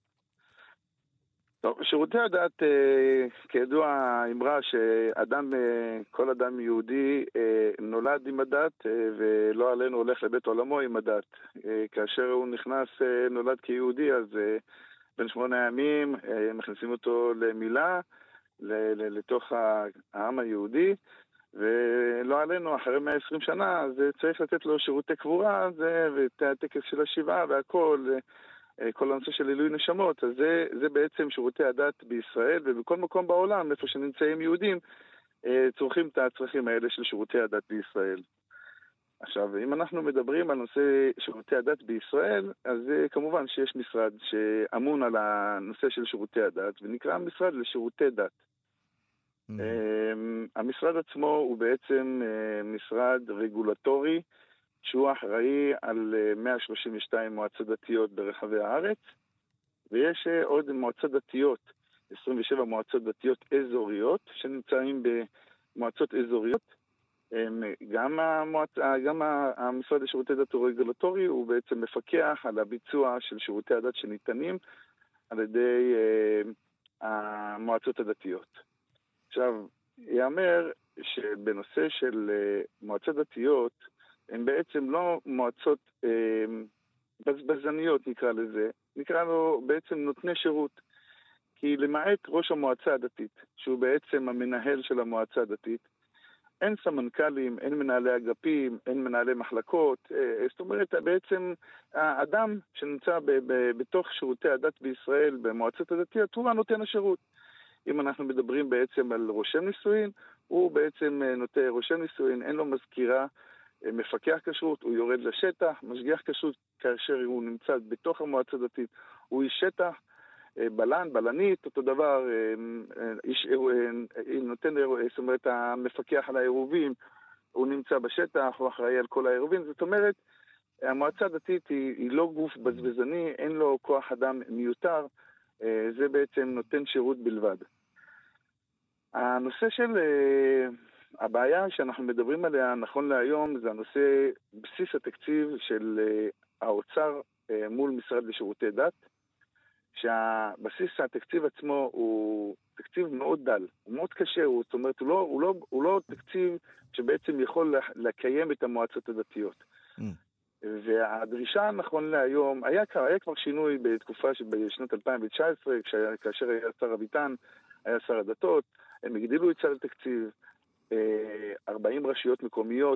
טוב, שירותי הדת, כידוע האמרה שאדם, כל אדם יהודי נולד עם הדת, ולא עלינו הולך לבית עולמו עם הדת. כאשר הוא נכנס, נולד כיהודי, אז בין שמונה ימים מכניסים אותו למילה, לתוך העם היהודי, ולא עלינו, אחרי מאה ועשרים שנה, אז צריך לתת לו שירותי קבורה, ואת הטקס של השבעה והכל, כל הנושא של עילוי נשמות. אז זה, זה בעצם שירותי הדת בישראל, ובכל מקום בעולם, איפה שנמצאים יהודים, צורכים את הצרכים האלה של שירותי הדת בישראל. עכשיו, אם אנחנו מדברים על נושא שירותי הדת בישראל, אז כמובן שיש משרד שאמון על הנושא של שירותי הדת, ונקרא משרד לשירותי דת. Mm-hmm. המשרד עצמו הוא בעצם משרד רגולטורי, שהוא אחראי על מאה שלושים ושתיים מועצות דתיות ברחבי הארץ, ויש עוד מועצות דתיות, עשרים ושבע מועצות דתיות אזוריות, שנמצאים במועצות אזוריות. גם, המועצ... גם המשרד לשירותי דת רגולטורי הוא בעצם מפקח על הביצוע של שירותי הדת שניתנים על ידי המועצות הדתיות. עכשיו, יאמר שבנושא של מועצות דתיות, הן בעצם לא מועצות אה, בזבזניות נקרא לזה, נקרא לו בעצם נותני שירות, כי למעט ראש המועצה הדתית, שהוא בעצם המנהל של המועצה הדתית, אין סמנכ"לים, אין מנהלי אגפים, אין מנהלי מחלקות, אה, זאת אומרת בעצם האדם שנמצא ב- ב- בתוך שירותי הדת בישראל במועצות הדתיות הוא הנותן השירות. אם אנחנו מדברים בעצם על רושם נישואין, הוא בעצם נותן רושם נישואין, אין לו מזכירה, מפקח כשרות, הוא יורד לשטח, משגיח כשרות כאשר הוא נמצא בתוך המועצה הדתית, הוא איש שטח, בלן, בלנית, אותו דבר, איש, נותן, זאת אומרת, המפקח על העירובים, הוא נמצא בשטח, הוא אחראי על כל העירובים, זאת אומרת, המועצה הדתית היא, היא לא גוף בזבזני, אין לו כוח אדם מיותר, זה בעצם נותן שירות בלבד. הנושא של... הבעיה שאנחנו מדברים עליה נכון להיום זה הנושא בסיס התקציב של האוצר מול משרד לשירותי דת, שהבסיס התקציב עצמו הוא תקציב מאוד דל, הוא מאוד קשה, הוא, זאת אומרת, הוא לא, הוא לא, הוא לא תקציב שבעצם יכול לקיים את המועצות הדתיות. Mm. והדרישה נכון להיום, היה, היה כבר שינוי בתקופה בשנת אלפיים תשע עשרה, כאשר היה שר אביטן, היה שר הדתות, הם הגדילו את סל התקציב, ארבעים רשויות מקומיות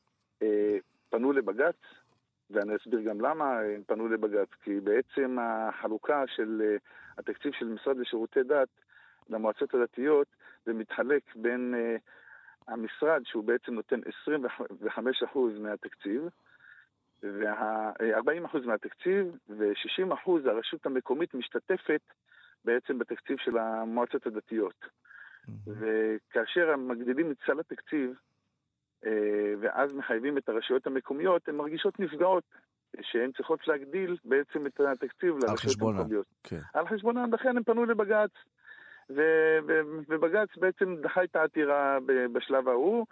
פנו לבג"ץ, ואני אסביר גם למה הם פנו לבג"ץ, כי בעצם החלוקה של התקציב של משרד לשירותי דת למועצות הדתיות, זה מתחלק בין המשרד שהוא בעצם נותן עשרים וחמישה אחוז מהתקציב, ו-ארבעים אחוז מהתקציב, ו-שישים אחוז הרשות המקומית משתתפת בעצם בתקציב של המועצות הדתיות. וכאשר הם מגדילים את סל התקציב, ואז מחייבים את הרשויות המקומיות, הן מרגישות נפגעות, שהן צריכות להגדיל בעצם את התקציב לרשויות המקומיות. על חשבונם, לכן הם פנו לבג"ץ, ובג"ץ בעצם דחה את העתירה בשלב ההוא,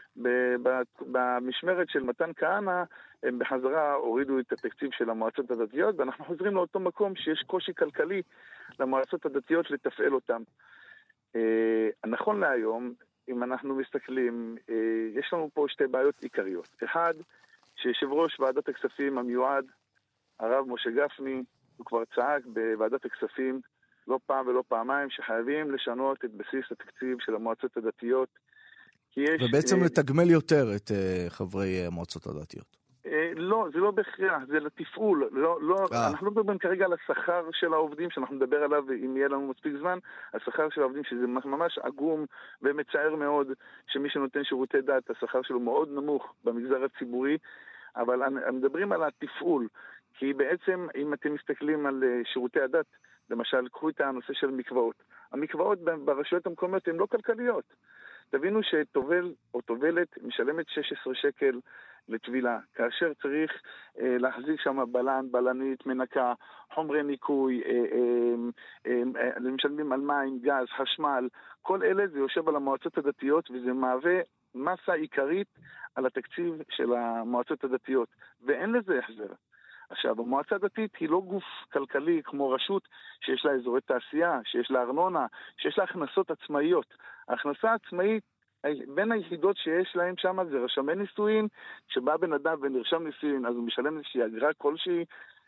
במשמרת של מתן כהנא, הם בחזרה הורידו את התקציב של המועצות הדתיות, ואנחנו חוזרים לאותו מקום שיש קושי כלכלי למועצות הדתיות לתפעל אותם. נכון להיום, אם אנחנו מסתכלים, יש לנו פה שתי בעיות עיקריות. אחד, שיושב ראש ועדת הכספים המיועד, הרב משה גפני, הוא כבר צעק בוועדת הכספים לא פעם ולא פעמיים שחייבים לשנות את בסיס התקציב של המועצות הדתיות. יש, ובעצם לתגמל יותר את חברי המועצות הדתיות. לא, זה לא בהכרח, זה לתפעול. לא, לא, אנחנו לא מדברים כרגע על השכר של העובדים, שאנחנו נדבר עליו אם יהיה לנו מספיק זמן, השכר של העובדים שזה ממש עגום ומצער מאוד שמי שנותן שירותי דת, השכר שלו מאוד נמוך במגזר הציבורי, אבל מדברים על התפעול, כי בעצם אם אתם מסתכלים על שירותי הדת, למשל, קחו את הנושא של מקוואות. המקוואות ברשויות המקומיות הן לא כלכליות. תבינו שטובל או טובלת משלמת שש עשרה שקל לטבילה, כאשר צריך אה, להחזיק שם בלן, בלנית, מנקה, חומרי ניקוי, אה, אה, אה, אה, משלמים על מים, גז, חשמל, כל אלה זה יושב על המועצות הדתיות וזה מהווה מסה עיקרית על התקציב של המועצות הדתיות, ואין לזה החזר. עכשיו, המועצה הדתית היא לא גוף כלכלי כמו רשות שיש לה אזורי תעשייה, שיש לה ארנונה, שיש לה הכנסות עצמאיות. ההכנסה העצמאית בין היחידות שיש להם שם זה רשמי נישואין, שבא בן אדם ונרשם נישואין, אז הוא משלם איזושהי אגרה כלשהי,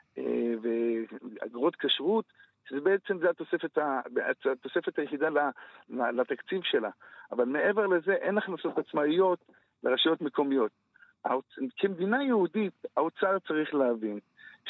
ואגרות כשרות, שזה בעצם זה התוספת, התוספת היחידה לתקציב שלה. אבל מעבר לזה אין הכנסות עצמאיות לרשויות מקומיות. כמדינה יהודית, האוצר צריך להבין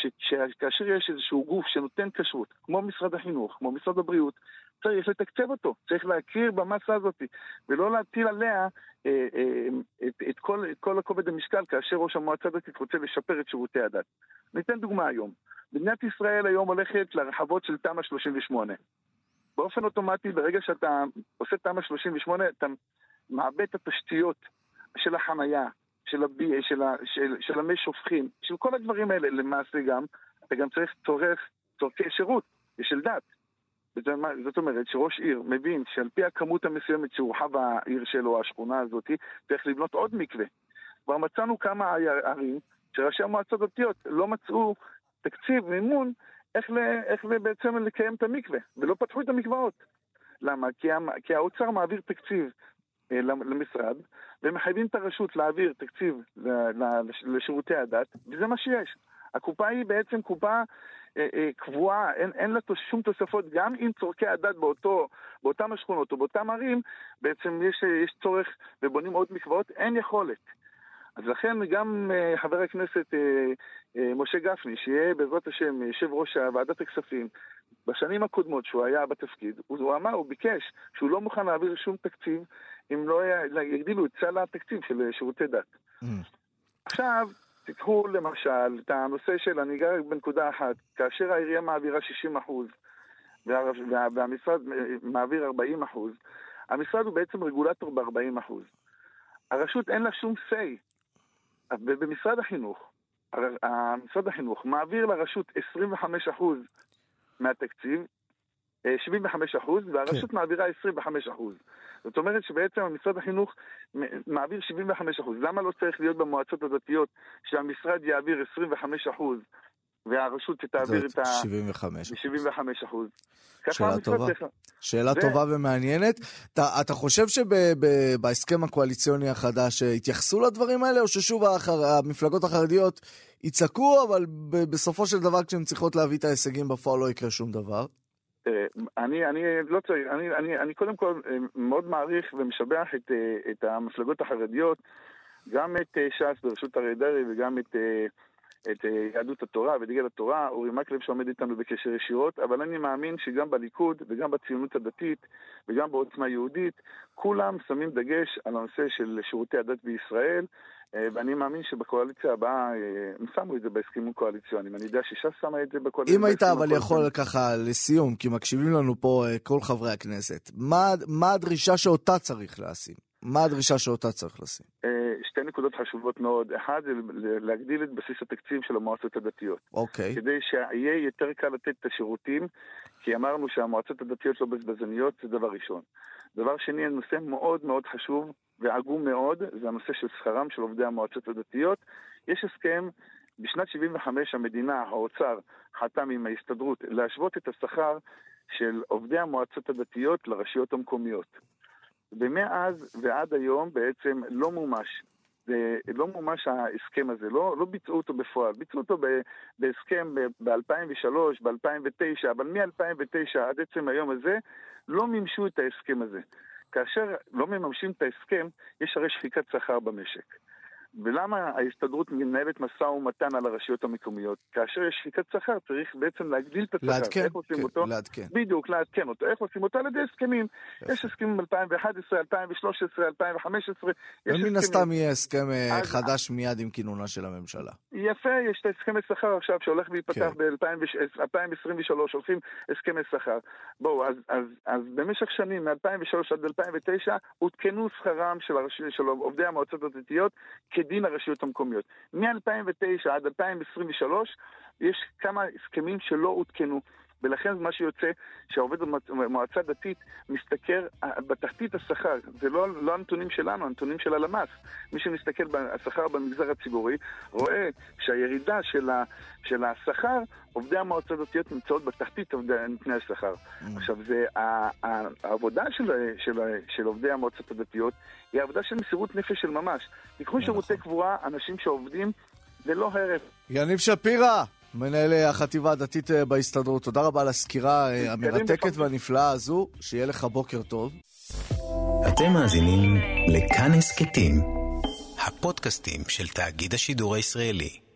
שכאשר יש איזשהו גוף שנותן כשרות, כמו משרד החינוך, כמו משרד הבריאות, צריך לתקצב אותו, צריך להכיר במסה הזאת, ולא להטיל עליה אה, אה, את, את, כל, את כל הכובד המשקל, כאשר ראש המועצה הדתית רוצה לשפר את שירותי הדת. ניתן דוגמה היום. מדינת ישראל היום הולכת לרחבות של תמ"א שלושים ושמונה. באופן אוטומטי, ברגע שאתה עושה תמ"א שלושים ושמונה, אתה מאבד את התשתיות של החנייה, של, הבי, של, ה, של, של המי שופכים, של כל הדברים האלה. למעשה גם, אתה גם צריך צורך, צורכי שירות, של דת. זאת אומרת שראש עיר מבין שעל פי הכמות המסוימת שהורחה בעיר שלו, השכונה הזאת, צריך לבנות עוד מקווה. כבר מצאנו כמה ערים שראשי המועצות הדתיות לא מצאו תקציב מימון איך, ל, איך בעצם לקיים את המקווה, ולא פתחו את המקוואות. למה? כי, כי האוצר מעביר תקציב למשרד, ומחייבים את הרשות להעביר תקציב לשירותי הדת, וזה מה שיש. הקופה היא בעצם קופה אה, אה, קבועה, אין, אין לה שום תוספות, גם אם צורכי הדת באותו, באותם השכונות או באותם ערים, בעצם יש, יש צורך ובונים עוד מקוואות, אין יכולת. אז לכן גם אה, חבר הכנסת אה, אה, משה גפני, שיהיה בעזרת השם יושב ראש ועדת הכספים, בשנים הקודמות שהוא היה בתפקיד, הוא, הוא אמר, הוא ביקש שהוא לא מוכן להעביר שום תקציב, אם לא יגדילו את סל התקציב של שירותי דת. Mm. עכשיו, תקחו למשל את הנושא של, אני אגע בנקודה אחת, כאשר העירייה מעבירה שישים אחוז וה, וה, והמשרד מעביר ארבעים אחוז, המשרד הוא בעצם רגולטור ב-ארבעים אחוז. הרשות אין לה שום say. ובמשרד החינוך, המשרד החינוך מעביר לרשות עשרים וחמישה אחוז מהתקציב, שבעים וחמישה אחוז, והרשות כן. מעבירה עשרים וחמישה אחוז. זאת אומרת שבעצם המשרד החינוך מעביר שבעים וחמישה אחוז. למה לא צריך להיות במועצות הדתיות שהמשרד יעביר עשרים וחמישה אחוז והרשות תעביר את ה-שבעים וחמישה אחוז? שאלה טובה. שאלה טובה ומעניינת. אתה, אתה חושב שבהסכם הקואליציוני החדש התייחסו לדברים האלה, או ששוב המפלגות החרדיות יצעקו, אבל בסופו של דבר כשהן צריכות להביא את ההישגים בפועל לא יקרה שום דבר? אני, אני לא צריך, אני, אני, אני קודם כל מאוד מעריך ומשבח את, את המפלגות החרדיות, גם את ש"ס ברשות אריה דרעי וגם את, את יהדות התורה ודגל התורה, אורי מקלב שעומד איתנו בקשר ישירות, אבל אני מאמין שגם בליכוד וגם בציונות הדתית וגם בעוצמה יהודית, כולם שמים דגש על הנושא של שירותי הדת בישראל, ואני מאמין שבקואליציה הבאה הם שמו את זה בהסכמים קואליציוניים. אני יודע שש"ס שמה את זה בקואליציה. אם היית אבל יכול ככה לסיום, כי מקשיבים לנו פה כל חברי הכנסת, מה, מה הדרישה שאותה צריך לשים? מה הדרישה שאותה צריך לשים? שתי נקודות חשובות מאוד. אחד זה להגדיל את בסיס התקציב של המועצות הדתיות. אוקיי. כדי שיהיה יותר קל לתת את השירותים, כי אמרנו שהמועצות הדתיות לא בזבזניות, זה דבר ראשון. דבר שני, הנושא מאוד מאוד חשוב ועגום מאוד, זה הנושא של שכרם של עובדי המועצות הדתיות. יש הסכם, בשנת שבעים וחמש המדינה, האוצר, חתם עם ההסתדרות, להשוות את השכר של עובדי המועצות הדתיות לרשויות המקומיות. ומאז ועד היום בעצם לא מומש. לא מומש ההסכם הזה, לא, לא ביצעו אותו בפועל, ביצעו אותו בהסכם ב-אלפיים ושלוש, ב-אלפיים ותשע, אבל מ-אלפיים ותשע עד עצם היום הזה לא מימשו את ההסכם הזה. כאשר לא מממשים את ההסכם, יש הרי שחיקת שכר במשק. ולמה ההסתדרות מנהלת משא ומתן על הרשויות המקומיות? כאשר יש שחיקת שכר, צריך בעצם להגדיל את השכר. לעדכן, איך עושים כן, אותו? לעדכן. בדיוק, לעדכן אותו. איך עושים אותו? על ידי הסכמים. יפה. יש הסכמים ב-אלפיים ואחת עשרה, אלפיים ושלוש עשרה, אלפיים וחמש עשרה. ומן הסתם יהיה הסכם אז... חדש מיד עם כינונה של הממשלה. יפה, יש את הסכמי שכר עכשיו שהולך להיפתח כן. ב-אלפיים עשרים ושלוש, הולכים הסכמי שכר. בואו, אז, אז, אז במשך שנים, מ-אלפיים ושלוש עד אלפיים ותשע, הותקנו שכרם של, הרש... של עובדי המועצות הדתיות כדין הרשויות המקומיות. מ-אלפיים ותשע עד אלפיים עשרים ושלוש יש כמה הסכמים שלא הותקנו, ולכן מה שיוצא שהעובד במועצה דתית מסתכל בתחתית השכר. זה לא, לא הנתונים שלנו, הנתונים של הלמ"ס. מי שמסתכל בשכר במגזר הציבורי רואה שהירידה של, ה, של השכר, עובדי המועצה הדתיות נמצאות בתחתית נתוני השכר. Mm. עכשיו, זה, העבודה של, של, של עובדי המועצות הדתיות היא העבודה של מסירות נפש של ממש. תיקחו שירותי קבורה, אנשים שעובדים, זה לא הרף. יניב שפירא, מנהל החטיבה הדתית בהסתדרות, תודה רבה על הסקירה המרתקת והנפלאה הזו, שיהיה לך בוקר טוב. אתם מאזינים לכאן הסכתים, הפודקאסטים של תאגיד השידור הישראלי.